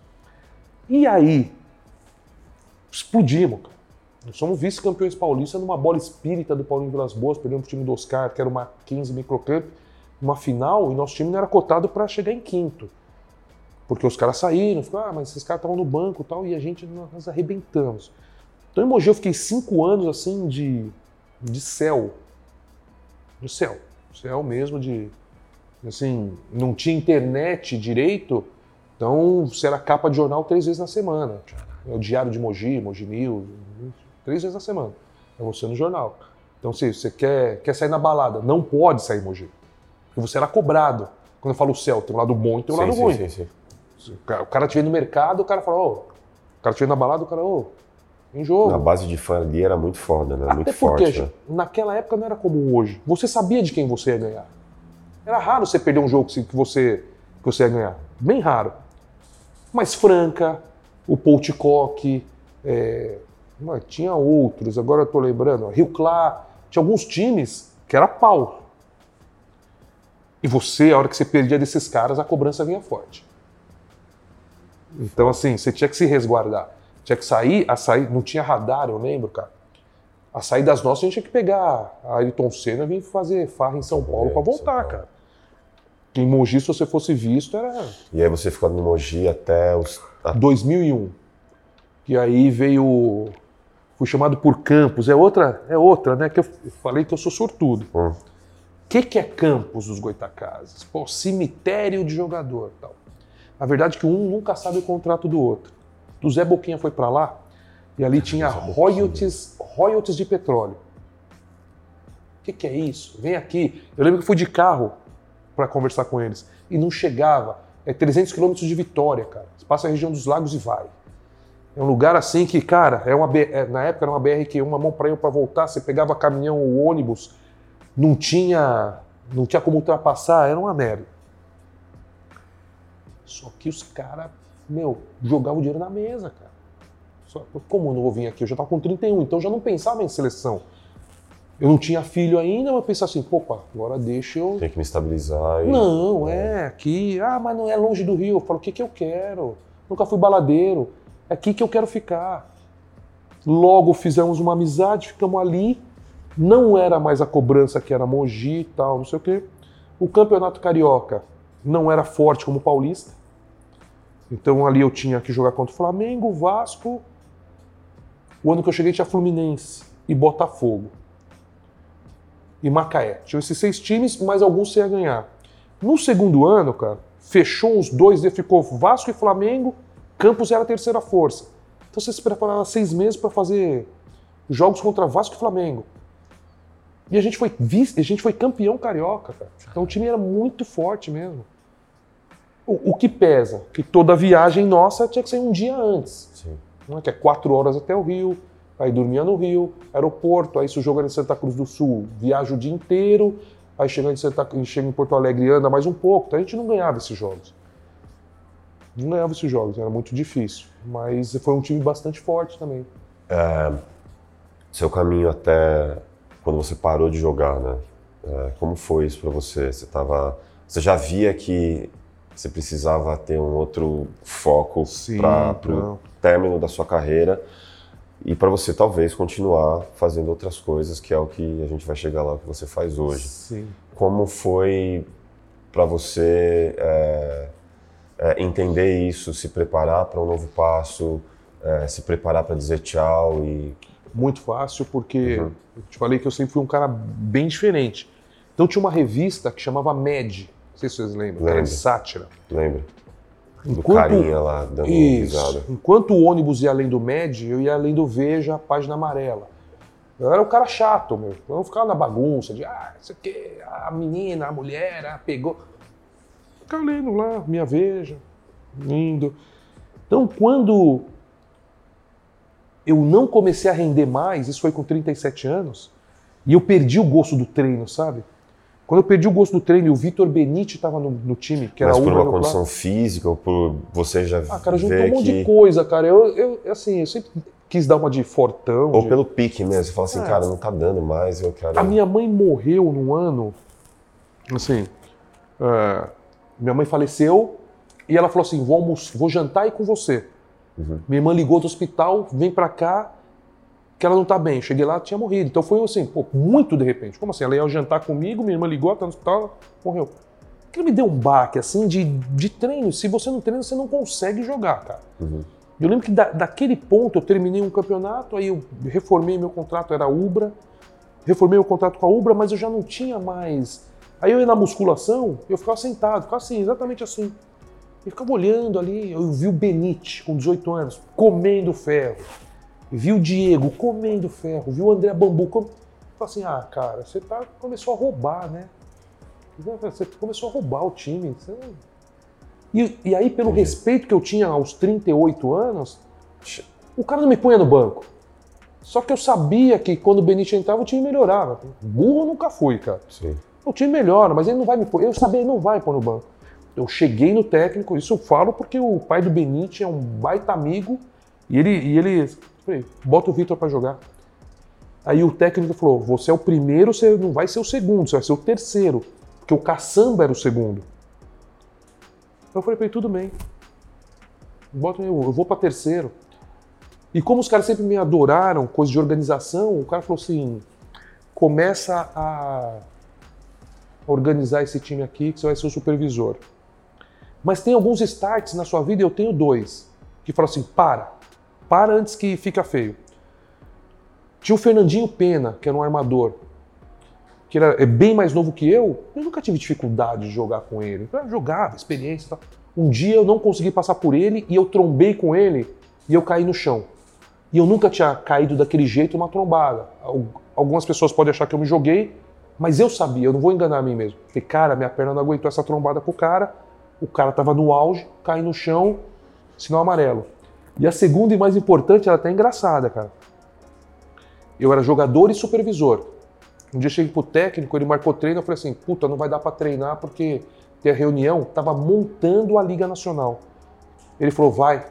E aí, explodimos, cara. Nós somos vice-campeões paulistas numa bola espírita do Paulinho Vilas Boas, perdemos pro time do Oscar, que era uma 15 microcamp, uma final, e nosso time não era cotado para chegar em quinto. Porque os caras saíram, falaram, mas esses caras estavam no banco e tal, e a gente, nós arrebentamos. Então em Mogi eu fiquei 5 anos, assim, de céu. De céu. Céu mesmo, assim, não tinha internet direito, então você era capa de jornal 3 vezes na semana. É o Diário de Mogi, Mogi News, 3 vezes na semana. É você no jornal. Então, se você quer sair na balada, não pode sair em Mogi. Porque você era cobrado. Quando eu falo céu, tem um lado bom e tem um lado ruim. Sim. O cara te vê no mercado, o cara fala, o cara te vê na balada, o cara, em jogo. Na base de fã ali era muito foda, né? Até muito porque, forte, né? naquela época não era como hoje. Você sabia de quem você ia ganhar. Era raro você perder um jogo que você ia ganhar. Bem raro. Mas Franca, o Pouticoque, tinha outros, agora eu tô lembrando, Rio Claro, tinha alguns times que era pau. E você, a hora que você perdia desses caras, a cobrança vinha forte. Então, assim, você tinha que se resguardar. Tinha que sair, não tinha radar, eu lembro, cara. A sair das nossas, a gente tinha que pegar a Ayrton Senna e vir fazer farra em São Paulo pra voltar, cara. Em Mogi, se você fosse visto, era... E aí você ficou no Mogi até os... 2001. E aí fui chamado por Campos. É outra, né? Que eu falei que eu sou sortudo. O que é Campos dos Goitacazes? Pô, cemitério de jogador. Tal. A verdade é que um nunca sabe o contrato do outro. O Zé Boquinha foi para lá e ali tinha royalties de petróleo. O que é isso? Vem aqui. Eu lembro que fui de carro para conversar com eles e não chegava. É 300 quilômetros de Vitória, cara. Você passa a região dos lagos e vai. É um lugar assim que, cara, na época era uma BR que uma mão para ir para voltar, você pegava caminhão ou ônibus, não tinha como ultrapassar, era uma merda. Só que os caras, jogavam o dinheiro na mesa, cara. Como eu não vou vir aqui? Eu já estava com 31, então eu já não pensava em seleção. Eu não tinha filho ainda, mas eu pensava assim, agora deixa eu... Tem que me estabilizar. Não, aqui. Mas não é longe do Rio. Eu falo, o que eu quero? Nunca fui baladeiro. É aqui que eu quero ficar. Logo fizemos uma amizade, ficamos ali. Não era mais a cobrança que era Mogi e tal, não sei o quê. O campeonato carioca não era forte como o paulista. Então ali eu tinha que jogar contra o Flamengo, Vasco. O ano que eu cheguei tinha Fluminense e Botafogo. E Macaé. Tinham esses 6 times, mas alguns você ia ganhar. No segundo ano, cara, fechou os 2, ficou Vasco e Flamengo, Campos era a terceira força. Então você se preparava 6 meses para fazer jogos contra Vasco e Flamengo. E a gente foi campeão carioca, cara. Então o time era muito forte mesmo. O que pesa, que toda viagem nossa tinha que ser um dia antes. Sim. Que é 4 horas até o Rio. Aí dormia no Rio, aeroporto, aí se o jogo era em Santa Cruz do Sul, viaja o dia inteiro, aí chega em Porto Alegre e anda mais um pouco. Então a gente não ganhava esses jogos. Era muito difícil. Mas foi um time bastante forte também. Seu caminho até quando você parou de jogar, né? Como foi isso para você? Você já via que você precisava ter um outro foco para o término da sua carreira, e para você talvez continuar fazendo outras coisas, que é o que a gente vai chegar lá, o que você faz hoje. Sim. Como foi para você entender isso, se preparar para um novo passo, se preparar para dizer tchau? Muito fácil, porque eu te falei que eu sempre fui um cara bem diferente. Então tinha uma revista que chamava Mad, não sei se vocês lembram, que era de sátira. Lembro. Do carinha lá, dando risada. Enquanto o ônibus ia além do MED, eu ia além do Veja, página amarela. Eu era o cara chato, meu. Eu não ficava na bagunça de, isso aqui, a menina, a mulher, pegou. Ficava lendo lá, minha Veja, lindo. Então, quando eu não comecei a render mais, isso foi com 37 anos, e eu perdi o gosto do treino, sabe? Quando eu perdi o gosto do treino e o Vitor Benite estava no time, que era Mas por uma condição física ou por você já cara, juntou um monte de coisa, cara. Eu sempre quis dar uma de fortão. Ou pelo pique mesmo, você fala assim, cara, não tá dando mais, eu quero... A minha mãe morreu num ano, assim, minha mãe faleceu e ela falou assim, vou jantar aí com você. Minha irmã ligou do hospital, vem pra cá, que ela não tá bem. Cheguei lá, tinha morrido. Então foi assim, muito de repente. Como assim? Ela ia jantar comigo, minha irmã ligou, tá no hospital, morreu. Aquilo me deu um baque, assim, de treino. Se você não treina, você não consegue jogar, cara. Eu lembro que daquele ponto eu terminei um campeonato, aí eu reformei meu contrato, era Ubra. Reformei o contrato com a Ubra, mas eu já não tinha mais... Aí eu ia na musculação, eu ficava sentado, ficava assim, exatamente assim. Eu ficava olhando ali, eu vi o Benite, com 18 anos, comendo ferro. Vi o Diego comendo ferro, vi o André Bambu comendo... Falei assim, cara, você começou a roubar, né? Você começou a roubar o time. E aí, pelo respeito que eu tinha aos 38 anos, o cara não me punha no banco. Só que eu sabia que quando o Benite entrava, o time melhorava. Burro eu nunca fui, cara. Sim. O time melhora, mas ele não vai me pôr. Eu sabia, ele não vai pôr no banco. Eu cheguei no técnico, isso eu falo porque o pai do Benite é um baita amigo, e ele falei, bota o Vitor pra jogar. Aí o técnico falou, você é o primeiro, você não vai ser o segundo, você vai ser o terceiro, porque o Caçamba era o segundo. Eu falei pra ele, tudo bem, eu vou pra terceiro. E como os caras sempre me adoraram, coisa de organização, o cara falou assim, começa a organizar esse time aqui, que você vai ser o supervisor. Mas tem alguns starts na sua vida, e eu tenho 2, que falam assim, para antes que fica feio. Tinha o Fernandinho Pena, que era um armador, que é bem mais novo que eu nunca tive dificuldade de jogar com ele. Eu jogava, experiência e tal. Um dia eu não consegui passar por ele e eu trombei com ele e eu caí no chão. E eu nunca tinha caído daquele jeito numa trombada. Algumas pessoas podem achar que eu me joguei, mas eu sabia, eu não vou enganar a mim mesmo. Falei, cara, minha perna não aguentou essa trombada com o cara tava no auge, caí no chão, sinal amarelo. E a segunda e mais importante, ela é até engraçada, cara. Eu era jogador e supervisor. Um dia eu cheguei pro técnico, ele marcou treino, eu falei assim, puta, não vai dar pra treinar porque tem a reunião, tava montando a Liga Nacional. Ele falou, vai.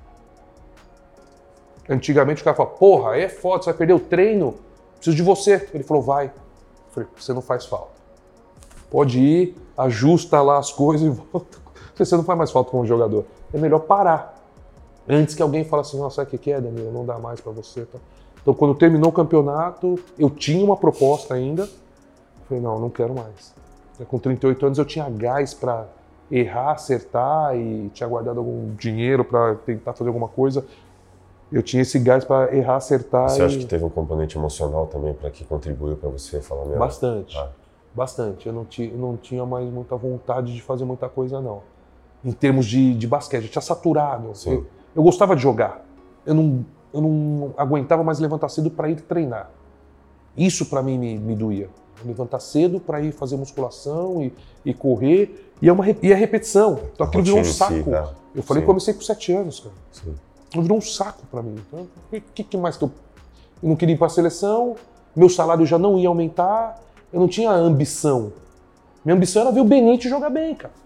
Antigamente o cara falava, porra, aí é foda, você vai perder o treino, preciso de você. Ele falou, vai. Eu falei, você não faz falta. Pode ir, ajusta lá as coisas e volta. Você não faz mais falta como jogador. É melhor parar. Antes que alguém fale assim, nossa, sabe o que é, Danilo? Não dá mais pra você. Então, quando terminou o campeonato, eu tinha uma proposta ainda. Eu falei, não quero mais. Com 38 anos eu tinha gás pra errar, acertar e tinha guardado algum dinheiro pra tentar fazer alguma coisa. Eu tinha esse gás para errar, acertar. Você acha que teve um componente emocional também para que contribuiu para você falar mesmo? Bastante, bastante. Eu não tinha mais muita vontade de fazer muita coisa, não. Em termos de basquete, eu tinha saturado. Eu gostava de jogar. Eu não aguentava mais levantar cedo para ir treinar. Isso para mim me doía. Levantar cedo para ir fazer musculação e correr. E a repetição. Então aquilo virou um saco. Eu falei que comecei com 7 anos, cara. Sim. Virou um saco para mim. Então, o que mais que eu não queria ir para a seleção, meu salário já não ia aumentar, eu não tinha ambição. Minha ambição era ver o Benítez jogar bem, cara.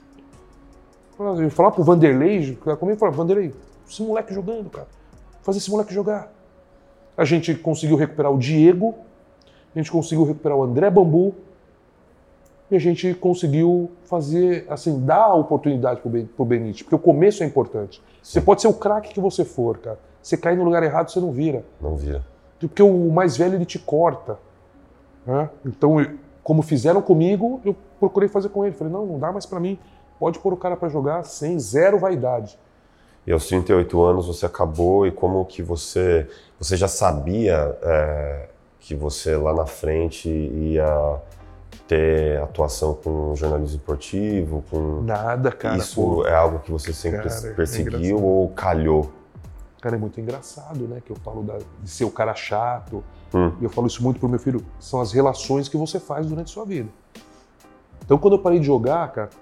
Eu ia falar pro Vanderlei, comigo, falar, Vanderlei, esse moleque jogando, cara. Fazer esse moleque jogar. A gente conseguiu recuperar o Diego, a gente conseguiu recuperar o André Bambu, e a gente conseguiu fazer, assim, dar a oportunidade pro Benítez, porque o começo é importante. Você pode ser o craque que você for, cara. Você cair no lugar errado, você não vira. Não vira. Porque o mais velho, ele te corta. Né? Então, como fizeram comigo, eu procurei fazer com ele. Falei, não dá mais pra mim. Pode pôr o cara pra jogar sem zero vaidade. E aos 38 anos você acabou e como que você já sabia que você lá na frente ia ter atuação com jornalismo esportivo, com... Nada, cara. Isso é algo que você sempre perseguiu ou calhou? Cara, é muito engraçado, né? Que eu falo de ser o cara chato. E eu falo isso muito pro meu filho. São as relações que você faz durante a sua vida. Então, quando eu parei de jogar, cara,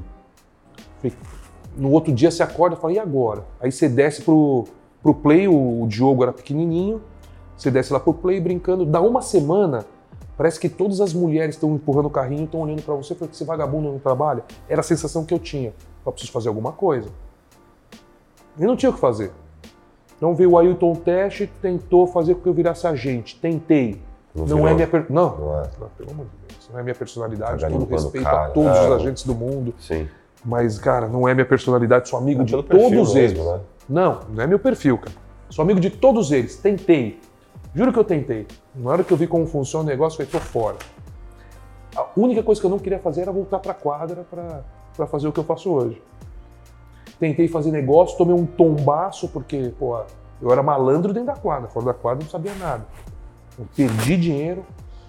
no outro dia você acorda e fala, e agora? Aí você desce pro play, o Diogo era pequenininho, você desce lá pro play brincando, dá uma semana... Parece que todas as mulheres estão empurrando o carrinho e estão olhando para você porque esse vagabundo não trabalha. Era a sensação que eu tinha. Eu preciso fazer alguma coisa. E não tinha o que fazer. Então veio o Ailton Teste, tentou fazer com que eu virasse agente. Tentei. Não é minha pelo amor de Deus. Não é minha personalidade. Todo respeito a todos os agentes do mundo. Sim. Mas, cara, não é minha personalidade. Sou amigo de todos eles. Mesmo, né? Não é meu perfil, cara. Sou amigo de todos eles. Tentei. Juro que eu tentei. Na hora que eu vi como funciona o negócio, eu falei, tô fora. A única coisa que eu não queria fazer era voltar pra quadra pra fazer o que eu faço hoje. Tentei fazer negócio, tomei um tombaço, porque, pô, eu era malandro dentro da quadra. Fora da quadra eu não sabia nada. Eu perdi dinheiro.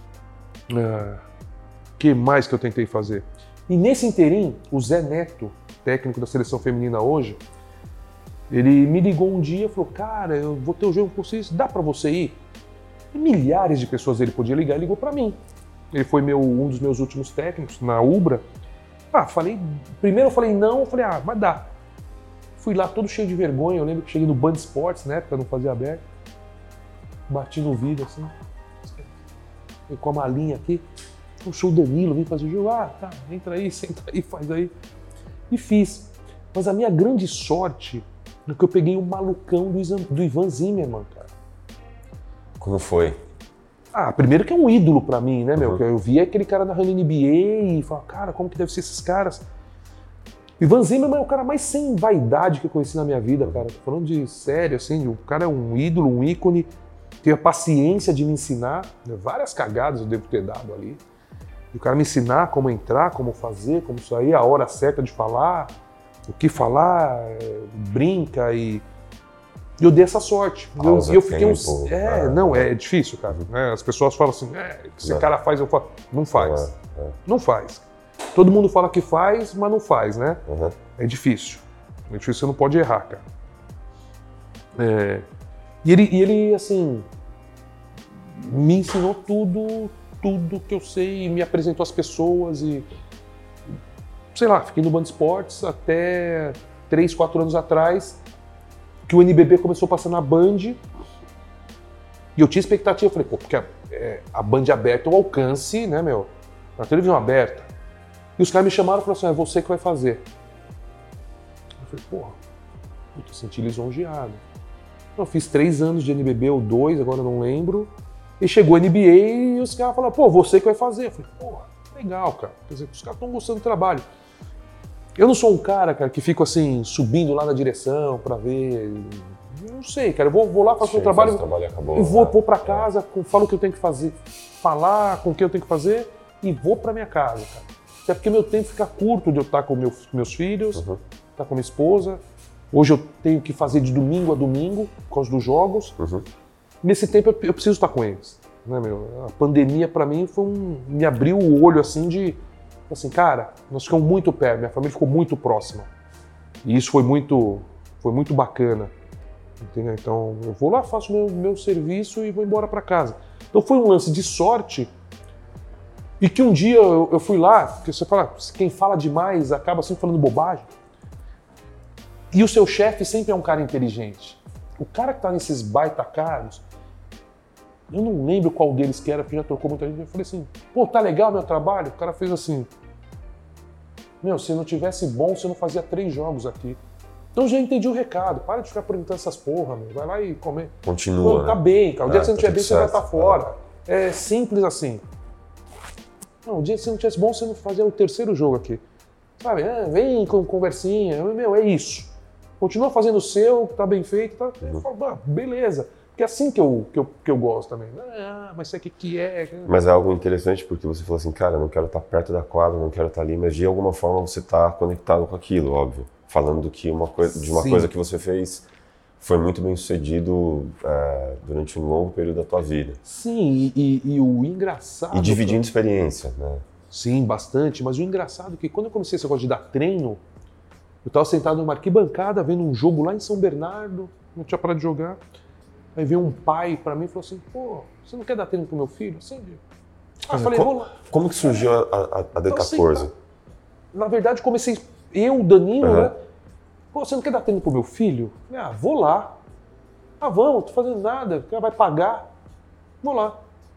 Que mais que eu tentei fazer? E nesse interim, o Zé Neto, técnico da seleção feminina hoje, ele me ligou um dia e falou, cara, eu vou ter o jogo com vocês, dá pra você ir? E milhares de pessoas ele podia ligar, ele ligou pra mim. Ele foi um dos meus últimos técnicos na Ubra. Primeiro eu falei não, mas dá. Fui lá todo cheio de vergonha, eu lembro que cheguei no Band Esportes, na época, não fazia aberto. Bati no vidro assim, com a malinha aqui. O show Danilo, vim fazer o jogo. Tá, entra aí, senta aí, faz aí. E fiz. Mas a minha grande sorte é que eu peguei o malucão do Ivan Zimmerman, cara. Como foi? Primeiro que é um ídolo pra mim, né, meu? Que eu vi aquele cara narrando NBA e falava, cara, como que deve ser esses caras? Ivan Zimmerman é o cara mais sem vaidade que eu conheci na minha vida, cara. Tô falando de sério, assim, o cara é um ídolo, um ícone, tem a paciência de me ensinar, várias cagadas eu devo ter dado ali. E o cara me ensinar como entrar, como fazer, como sair, a hora certa de falar, o que falar, brinca e eu dei essa sorte. Eu fiquei é difícil, cara. Né? As pessoas falam assim, o que esse cara faz, eu falo, não faz. Não faz. Todo mundo fala que faz, mas não faz, né? Uhum. É difícil. É difícil, você não pode errar, cara. E ele, assim, me ensinou tudo que eu sei, e me apresentou as pessoas e... Sei lá, fiquei no Band Esportes até 3, 4 anos atrás, que o NBB começou a passar na Band, e eu tinha expectativa, eu falei, pô, porque a Band aberta é o alcance, né, meu? A televisão aberta. E os caras me chamaram e falaram assim, é você que vai fazer. Eu falei, porra, eu tô sentindo lisonjeado. Eu fiz 3 anos de NBB ou 2, agora eu não lembro, e chegou a NBA e os caras falaram, pô, você que vai fazer. Eu falei, porra, legal, cara. Quer dizer, os caras estão gostando do trabalho. Eu não sou um cara, cara, que fico assim, subindo lá na direção pra ver. Eu não sei, cara. Eu vou lá, faço o meu trabalho, acabou, e vou pra casa, falo o que eu tenho que fazer, falar com o que eu tenho que fazer e vou pra minha casa, cara. Até porque meu tempo fica curto de eu estar com meus filhos, estar com minha esposa. Hoje eu tenho que fazer de domingo a domingo, por causa dos jogos. Nesse tempo eu preciso estar com eles. Né, meu? A pandemia, pra mim, me abriu o olho, assim, assim, cara, nós ficamos muito perto, minha família ficou muito próxima. E isso foi muito bacana. Entendeu? Então, eu vou lá, faço meu serviço e vou embora pra casa. Então foi um lance de sorte e que um dia eu fui lá, porque você fala, quem fala demais acaba sempre falando bobagem. E o seu chefe sempre é um cara inteligente. O cara que tá nesses baita cargos, eu não lembro qual deles que era, porque já trocou muita gente. Eu falei assim, pô, tá legal meu trabalho? O cara fez assim, meu, se não tivesse bom, você não fazia 3 jogos aqui. Então já entendi o recado, para de ficar perguntando essas porra, meu. Vai lá e comer. Continua. Pô, tá bem, cara. O dia que você não estiver bem, você vai estar fora. É. É simples assim. Não, o dia que você não tivesse bom, você não fazia o 3º jogo aqui. Sabe, vem com conversinha, meu, é isso. Continua fazendo o seu, tá bem feito, tá? Eu falo, beleza. Porque é assim que eu gosto também. Mas isso aqui que é... Mas é algo interessante porque você falou assim, cara, eu não quero estar perto da quadra, não quero estar ali, mas de alguma forma você está conectado com aquilo, óbvio. Falando que de uma coisa que você fez foi muito bem sucedido durante um longo período da tua vida. Sim, e o engraçado... E dividindo experiência, né? Sim, bastante, mas o engraçado é que quando eu comecei esse negócio de dar treino, eu estava sentado numa arquibancada vendo um jogo lá em São Bernardo, não tinha parado de jogar. Aí veio um pai pra mim e falou assim, pô, você não quer dar treino pro meu filho? Assim, eu falei, vou lá. Como que surgiu a D14? Então, assim, na verdade, comecei, eu, Danilo, né? Pô, você não quer dar treino pro meu filho? Eu falei, vou lá. Vamos, tô fazendo nada, o cara vai pagar. Vou lá.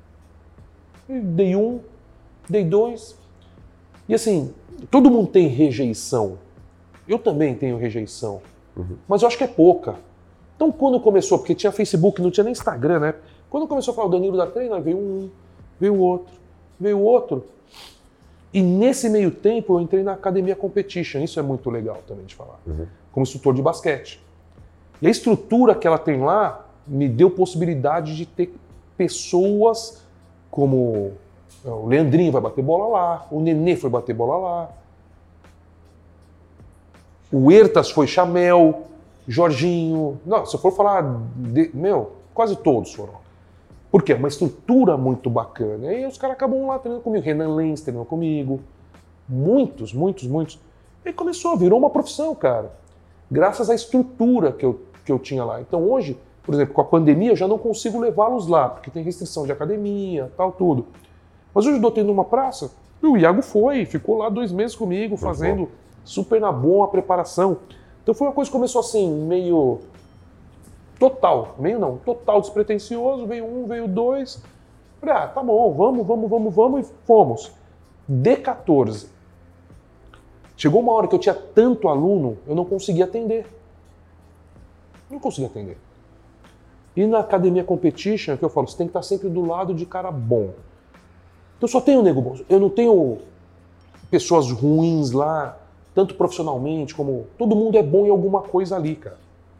E dei 1, dei 2. E assim, todo mundo tem rejeição. Eu também tenho rejeição. Mas eu acho que é pouca. Então, quando começou, porque tinha Facebook, não tinha nem Instagram, né? Quando começou a falar o Danilo da treino, veio um, veio outro. E nesse meio tempo eu entrei na Academia Competition, isso é muito legal também de falar, como instrutor de basquete. E a estrutura que ela tem lá me deu possibilidade de ter pessoas como o Leandrinho vai bater bola lá, o Nenê foi bater bola lá, o Ertas foi Chamel, Jorginho, não, se eu for falar, quase todos foram. Por quê? Uma estrutura muito bacana. E aí os caras acabam lá treinando comigo. Renan Lenz treinou comigo. Muitos. E começou, virou uma profissão, cara. Graças à estrutura que eu tinha lá. Então hoje, por exemplo, com a pandemia, eu já não consigo levá-los lá, porque tem restrição de academia, tal, tudo. Mas hoje eu dou treino numa praça, e o Iago ficou lá 2 meses comigo, fazendo super na boa a preparação. Então foi uma coisa que começou assim, meio total despretensioso, veio 1, veio 2. Falei, tá bom, vamos, e fomos. D14. Chegou uma hora que eu tinha tanto aluno, eu não conseguia atender. E na Academia Competition, é que eu falo, você tem que estar sempre do lado de cara bom. Então só tenho nego bom, eu não tenho pessoas ruins lá, tanto profissionalmente como... Todo mundo é bom em alguma coisa ali, cara.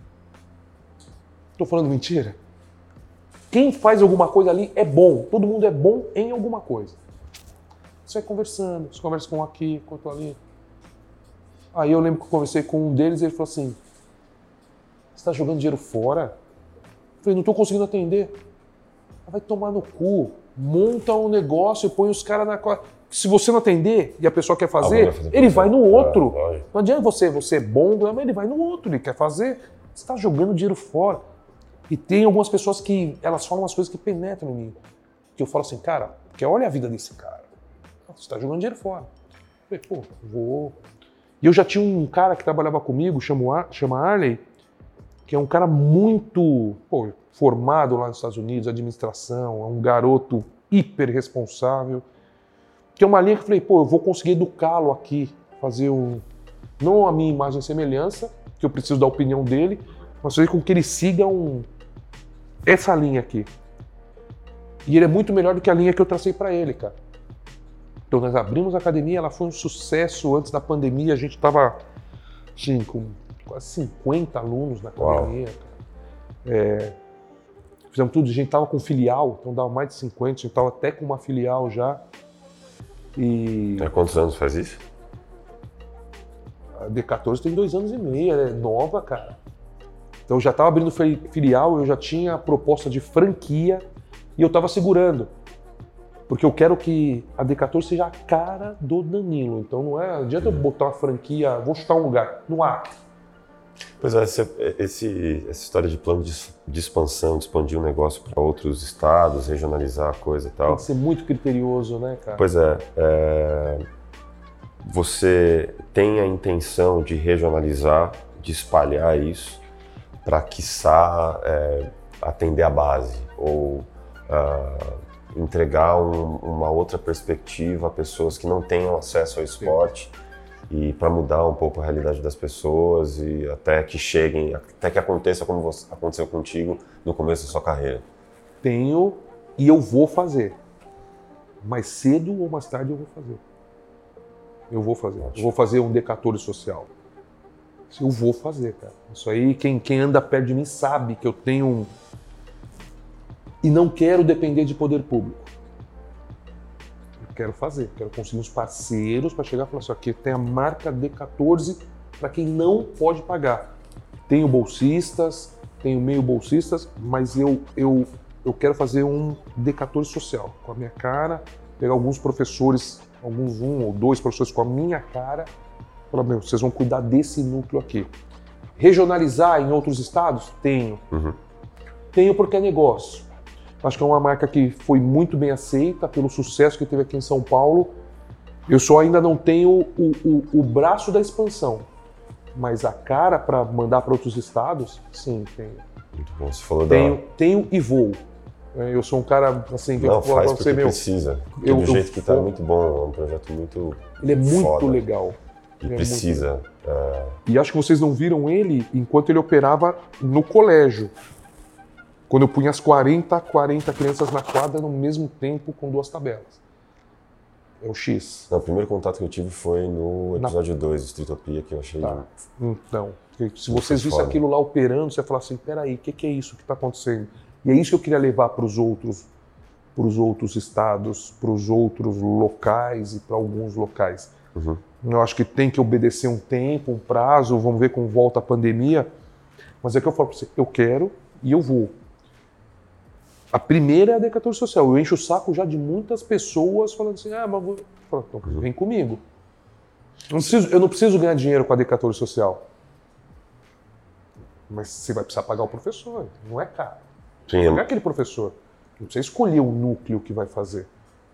Tô falando mentira? Quem faz alguma coisa ali é bom. Todo mundo é bom em alguma coisa. Você vai conversando, você conversa com um aqui, com outro ali. Aí eu lembro que eu conversei com um deles e ele falou assim, você tá jogando dinheiro fora? Eu falei, não tô conseguindo atender. Vai tomar no cu. Monta um negócio e põe os caras na... se você não atender e a pessoa quer fazer, ele vai no outro. Não adianta você é bom, mas ele vai no outro, ele quer fazer. Você está jogando dinheiro fora. E tem algumas pessoas que elas falam umas coisas que penetram em mim. Que eu falo assim, cara, porque olha a vida desse cara. Você está jogando dinheiro fora. Eu falei, pô, vou. E eu já tinha um cara que trabalhava comigo, chama Arley, que é um cara muito formado lá nos Estados Unidos, administração, é um garoto hiper responsável. Que é uma linha que eu falei, pô, eu vou conseguir educá-lo aqui, fazer não a minha imagem e semelhança, que eu preciso da opinião dele, mas fazer com que ele siga essa linha aqui. E ele é muito melhor do que a linha que eu tracei para ele, cara. Então nós abrimos a academia, ela foi um sucesso antes da pandemia, a gente estava assim, com quase 50 alunos na academia. Fizemos tudo, a gente estava com filial, então dava mais de 50, a gente estava até com uma filial já. E há quantos anos faz isso? A D14 tem 2 anos e meio, ela é nova, cara. Então eu já estava abrindo filial, eu já tinha a proposta de franquia e eu estava segurando. Porque eu quero que a D14 seja a cara do Danilo. Então não adianta eu botar uma franquia, vou chutar um lugar, no Acre. Pois é, essa história de plano de expansão, de expandir o negócio para outros estados, regionalizar a coisa e tal. Tem que ser muito criterioso, né, cara? Pois é. Você tem a intenção de regionalizar, de espalhar isso para, quiçá, atender a base ou entregar uma outra perspectiva a pessoas que não tenham acesso ao esporte. Sim. E para mudar um pouco a realidade das pessoas e até que aconteça como aconteceu contigo no começo da sua carreira. Tenho e eu vou fazer. Mais cedo ou mais tarde eu vou fazer. Eu vou fazer. Ótimo. Eu vou fazer um D14 social. Eu vou fazer, cara. Isso aí, quem anda perto de mim sabe que eu tenho E não quero depender de poder público. Quero fazer, quero conseguir uns parceiros para chegar e falar assim, aqui tem a marca D14 para quem não pode pagar. Tenho bolsistas, tenho meio bolsistas, mas eu quero fazer um D14 social, com a minha cara, pegar alguns professores, um ou dois professores com a minha cara, falar, meu, vocês vão cuidar desse núcleo aqui. Regionalizar em outros estados? Tenho. Tenho porque é negócio. Acho que é uma marca que foi muito bem aceita pelo sucesso que teve aqui em São Paulo. Eu só ainda não tenho o braço da expansão, mas a cara para mandar para outros estados, sim, tenho. Muito bom, você falou tenho e vou. Eu sou um cara assim que não, eu falo faz pra você, meu. Precisa. Do jeito que está é muito bom, é um projeto muito. Ele é muito foda. Legal. E precisa. E acho que vocês não viram ele enquanto ele operava no colégio. Quando eu punha as 40 crianças na quadra no mesmo tempo com 2 tabelas. É o X. Não, o primeiro contato que eu tive foi no episódio 2 de Streetopia, que eu achei... Então, se vocês vissem aquilo lá operando, você ia falar assim, peraí, o que é isso que está acontecendo? E é isso que eu queria levar para os outros estados, para os outros locais e para alguns locais. Eu acho que tem que obedecer um tempo, um prazo, vamos ver como volta a pandemia, mas é que eu falo para você, eu quero e eu vou. A primeira é a D14 social. Eu encho o saco já de muitas pessoas falando assim, mas vem comigo. Eu não preciso ganhar dinheiro com a D14 social. Mas você vai precisar pagar o professor, não é caro. Sim. Não é aquele professor. Não precisa escolher o núcleo que vai fazer.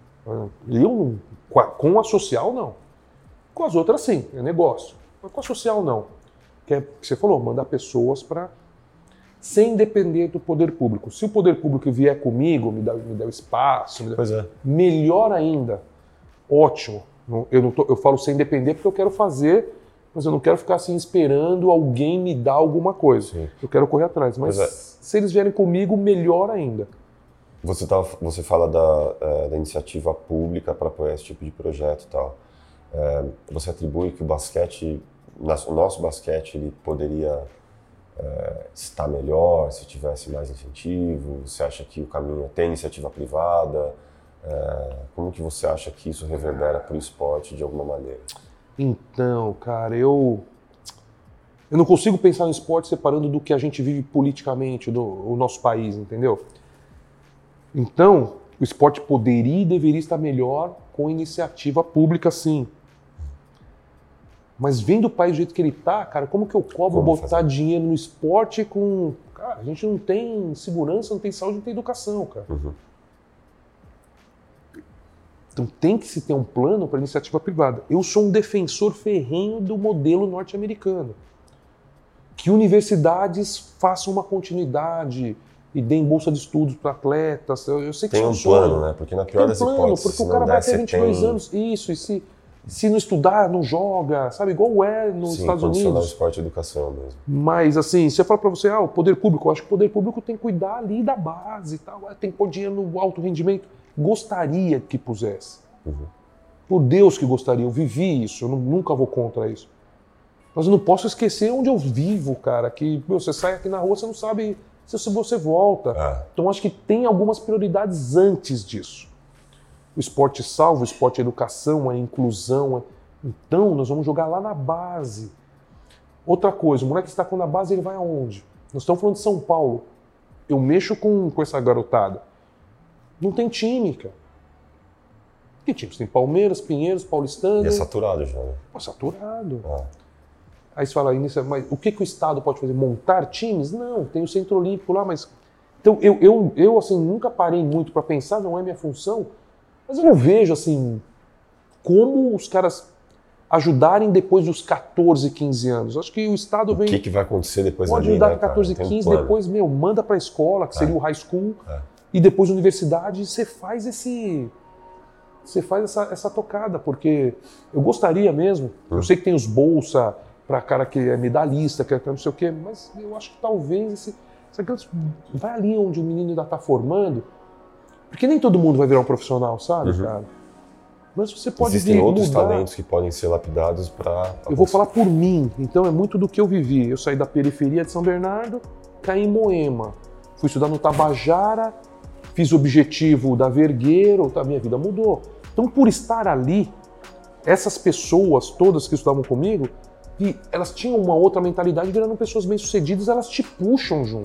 Com a social, não. Com as outras, sim, é negócio. Mas com a social, não. Que é que você falou, mandar pessoas para... sem depender do poder público. Se o poder público vier comigo, me dá o espaço, melhor ainda, ótimo. Eu falo sem depender porque eu quero fazer, mas eu não quero ficar assim esperando alguém me dar alguma coisa. Sim. Eu quero correr atrás, mas se eles vierem comigo, melhor ainda. Você fala da iniciativa pública para apoiar esse tipo de projeto e tal. Você atribui que o basquete, o nosso basquete, ele poderia... estar melhor, se tivesse mais incentivo? Você acha que o caminho tem iniciativa privada? Como que você acha que isso reverbera para o esporte de alguma maneira? Então, cara, eu não consigo pensar no esporte separando do que a gente vive politicamente, o nosso país, entendeu? Então, O esporte poderia e deveria estar melhor com iniciativa pública, sim. Mas vendo o país do jeito que ele está, cara, como que eu cobro botar dinheiro no esporte com... Cara, a gente não tem segurança, não tem saúde, não tem educação, cara. Então tem que se ter um plano para iniciativa privada. Eu sou um defensor ferrenho do modelo norte-americano. Que universidades façam uma continuidade e deem bolsa de estudos para atletas. Eu sei que tem um plano, né? Porque na pior das hipóteses, porque o cara vai ter 22 anos, isso, e se não estudar, não joga, sabe? Igual nos Estados Unidos. O esporte e educação mesmo. Mas, assim, se eu falar para você, o poder público, eu acho que o poder público tem que cuidar ali da base e tal, tem que pôr dinheiro no alto rendimento. Gostaria que pusesse. Por Deus que gostaria, eu vivi isso, eu nunca vou contra isso. Mas eu não posso esquecer onde eu vivo, cara, que você sai aqui na rua, você não sabe se você volta. Então, acho que tem algumas prioridades antes disso. O esporte salva, o esporte é educação, a inclusão. Então, nós vamos jogar lá na base. Outra coisa, o moleque está com na base, ele vai aonde? Nós estamos falando de São Paulo. Eu mexo com essa garotada. Não tem time, cara. Que time? Tem Palmeiras, Pinheiros, Paulistano. E é saturado já, né? Saturado. Aí você fala, mas o que o Estado pode fazer? Montar times? Não, tem o Centro Olímpico lá, mas... Então, eu assim, nunca parei muito para pensar, não é minha função, mas eu não vejo, assim, como os caras ajudarem depois dos 14, 15 anos. Acho que o Estado vem... O que vai acontecer depois pode ali, ajudar né, com 14, 15, depois, manda para a escola, que seria o high school, e depois universidade, e você faz essa tocada, porque eu gostaria mesmo, eu sei que tem os bolsa para cara que é medalhista, que é não sei o quê, mas eu acho que talvez vai ali onde o menino ainda está formando, porque nem todo mundo vai virar um profissional, sabe, cara? Mas você pode Existem outros talentos que podem ser lapidados para... Eu vou falar por mim, então é muito do que eu vivi. Eu saí da periferia de São Bernardo, caí em Moema, fui estudar no Tabajara, fiz o objetivo da Vergueiro, a minha vida mudou. Então, por estar ali, essas pessoas todas que estudavam comigo, e elas tinham uma outra mentalidade, virando pessoas bem-sucedidas, elas te puxam junto.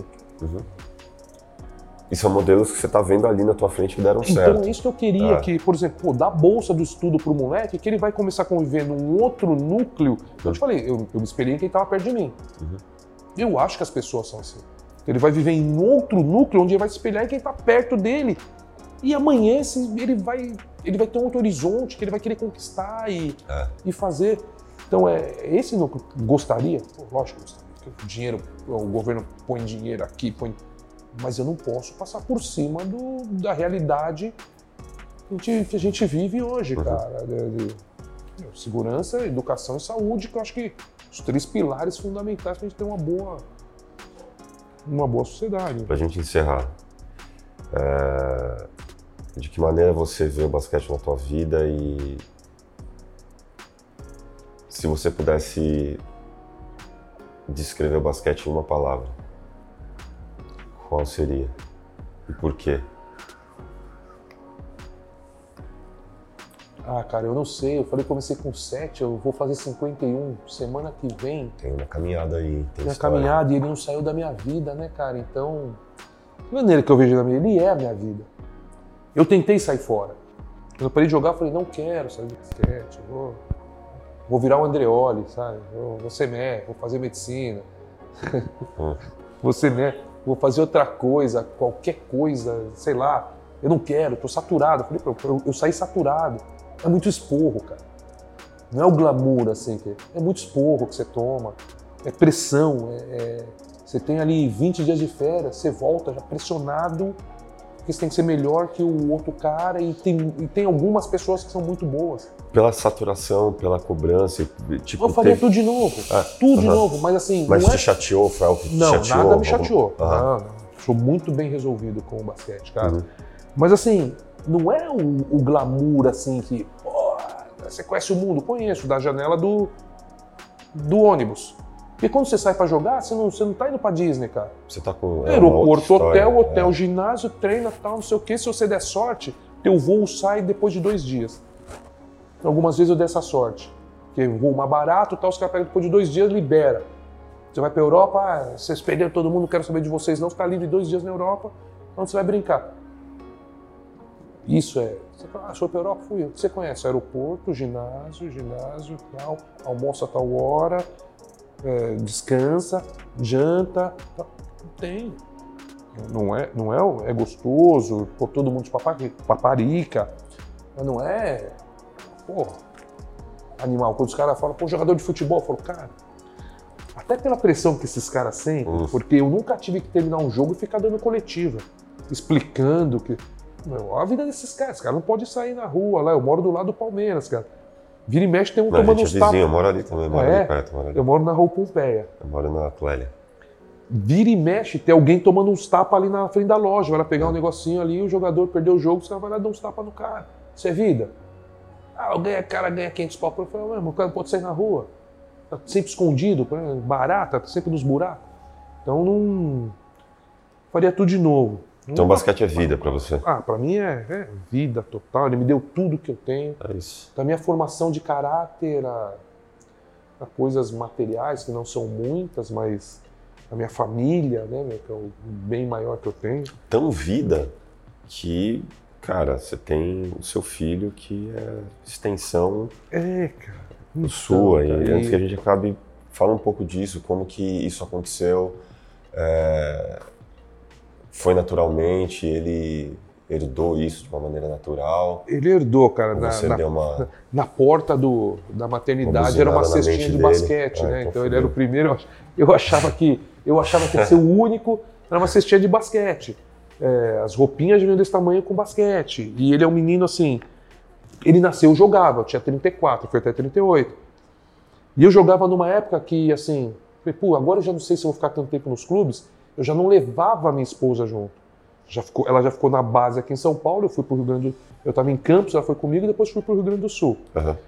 E são modelos que você está vendo ali na tua frente que deram certo. Então, é isso que eu queria, que, por exemplo, dar bolsa do estudo para o moleque, que ele vai começar a conviver num outro núcleo. Eu te falei, eu me espelhei em quem estava perto de mim. Eu acho que as pessoas são assim. Ele vai viver em outro núcleo onde ele vai se espelhar em quem está perto dele. E amanhã ele vai ter um outro horizonte que ele vai querer conquistar e fazer. Então, esse núcleo gostaria? Lógico que gostaria. Porque o dinheiro, o governo põe dinheiro aqui, mas eu não posso passar por cima da realidade que a gente vive hoje, cara. Segurança, educação e saúde, que eu acho que os 3 pilares fundamentais para a gente ter uma boa sociedade. Para a gente encerrar, de que maneira você vê o basquete na tua vida e se você pudesse descrever o basquete em uma palavra, qual seria e por quê? Cara, eu não sei. Eu falei que comecei com 7, eu vou fazer 51 semana que vem. Tem uma caminhada aí. Tem uma caminhada e ele não saiu da minha vida, né, cara? Então, de maneira que eu vejo na minha vida, ele é a minha vida. Eu tentei sair fora. Quando eu parei de jogar, eu falei, não quero sair do basquete, vou virar o Andreoli, sabe? Vou ser médico, vou fazer medicina. Vou fazer outra coisa, qualquer coisa, sei lá. Eu não quero, tô saturado. Eu falei, eu saí saturado. É muito esporro, cara. Não é o glamour, assim, é muito esporro que você toma. É pressão, você tem ali 20 dias de férias, você volta já pressionado, porque você tem que ser melhor que o outro cara, e tem algumas pessoas que são muito boas. Pela saturação, pela cobrança, tipo... Eu faria tudo de novo, tudo de novo, mas assim... Mas te chateou, foi algo que te chateou? Não, nada me chateou. Não. Sou muito bem resolvido com o basquete, cara. Mas assim, não é o glamour, assim, que... você conhece o mundo? Conheço, da janela do ônibus. Porque quando você sai pra jogar, você não tá indo pra Disney, cara. Você tá com... aeroporto, hotel, ginásio, treina, tal, não sei o quê. Se você der sorte, teu voo sai depois de 2 dias. Algumas vezes eu dei essa sorte. Porque o voo mais barato, tal, os caras pegam depois de 2 dias, libera. Você vai pra Europa, vocês perderam todo mundo, não quero saber de vocês não. Você tá livre 2 dias na Europa, onde você vai brincar. Isso é. Você fala, foi pra Europa? Fui eu. Você conhece aeroporto, ginásio, tal, almoça a tal hora, descansa, janta. Tal. Não tem. É gostoso, pô, todo mundo de paparica, mas não é, pô, animal. Quando os caras falam, pô, jogador de futebol, eu falo, cara, até pela pressão que esses caras sentem, porque eu nunca tive que terminar um jogo e ficar dando coletiva, explicando que, meu, a vida desses caras não pode sair na rua lá, eu moro do lado do Palmeiras, cara. Vira e mexe, tem um tomando uns tapas. Eu moro ali também, moro ali perto. Eu moro na Rua Pompeia. Eu moro na Clélia. Vira e mexe, tem alguém tomando uns tapas ali na frente da loja, vai lá pegar um negocinho ali, o jogador perdeu o jogo, os caras vão lá dar uns tapas no cara. Isso é vida? O cara ganha 500 pau. Eu falo, o cara não pode sair na rua. Tá sempre escondido, barata, tá sempre nos buracos. Então não... Faria tudo de novo. Então o basquete é vida pra você? Pra mim é vida total. Ele me deu tudo que eu tenho. É isso. Da minha formação de caráter, a coisas materiais, que não são muitas, mas a minha família, né, que é o bem maior que eu tenho. Tão vida que, cara, você tem o seu filho que é extensão sua. Cara, e antes que a gente acabe, fala um pouco disso, como que isso aconteceu. Foi naturalmente, ele herdou isso de uma maneira natural? Ele herdou, cara. Na porta da maternidade era uma cestinha de basquete, né? Então ele era o primeiro. Eu achava que ia ser o único, era uma cestinha de basquete. As roupinhas vinham desse tamanho com basquete. E ele é um menino assim, ele nasceu, jogava, eu tinha 34, foi até 38. E eu jogava numa época que, assim, agora eu já não sei se eu vou ficar tanto tempo nos clubes, eu já não levava a minha esposa junto. Ela já ficou na base aqui em São Paulo, eu fui pro Rio Grande do Sul. Eu estava em Campos, ela foi comigo e depois fui pro Rio Grande do Sul. Uhum.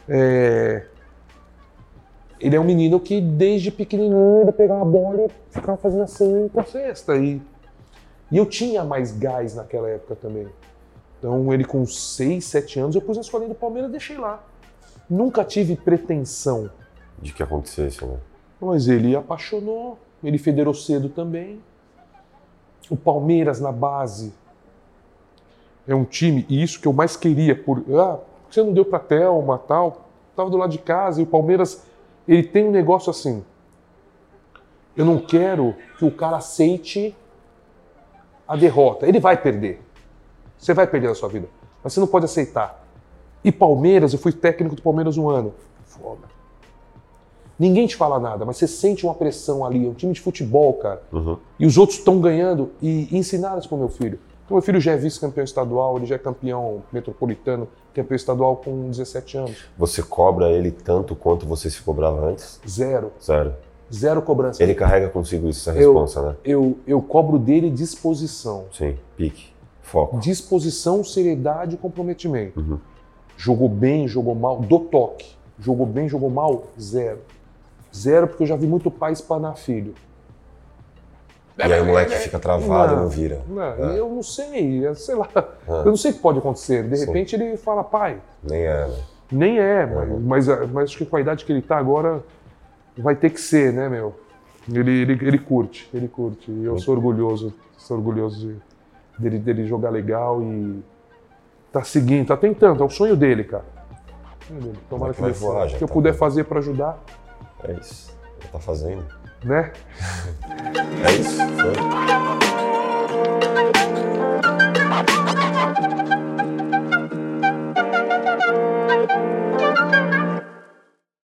Ele é um menino que desde pequenininho ele pegava a bola e ficava fazendo assim com a cesta. E eu tinha mais gás naquela época também. Então ele com 6, 7 anos, eu pus na escolinha do Palmeiras e deixei lá. Nunca tive pretensão de que acontecesse, né? Mas ele apaixonou, ele federou cedo também. O Palmeiras na base é um time, e isso que eu mais queria, por que você não deu pra Thelma, tal, tava do lado de casa, e o Palmeiras, ele tem um negócio assim, eu não quero que o cara aceite a derrota, ele vai perder, você vai perder na sua vida, mas você não pode aceitar. E Palmeiras, eu fui técnico do Palmeiras um ano, foda. Ninguém te fala nada, mas você sente uma pressão ali, é um time de futebol, cara. Uhum. E os outros estão ganhando e ensinaram isso pro meu filho. Então, meu filho já é vice-campeão estadual, ele já é campeão metropolitano, campeão estadual com 17 anos. Você cobra ele tanto quanto você se cobrava antes? Zero. Zero. Zero cobrança. Ele carrega consigo isso, essa responsa, né? Eu cobro dele disposição. Sim, pique, foco. Disposição, seriedade e comprometimento. Uhum. Jogou bem, jogou mal, do toque. Jogou bem, jogou mal, zero. Zero, porque eu já vi muito pai espanar filho. E aí o moleque fica travado e não vira. Eu não sei lá. Eu não sei o que pode acontecer. De repente ele fala, pai. Nem é, né? Nem é, mas acho que com a idade que ele tá agora, vai ter que ser, né, meu? Ele curte. E eu sou orgulhoso dele jogar legal e tá seguindo, tá tentando. É o sonho dele, cara. Tomara que eu puder fazer para ajudar. É isso. Ele tá fazendo. Né? É isso. Foi.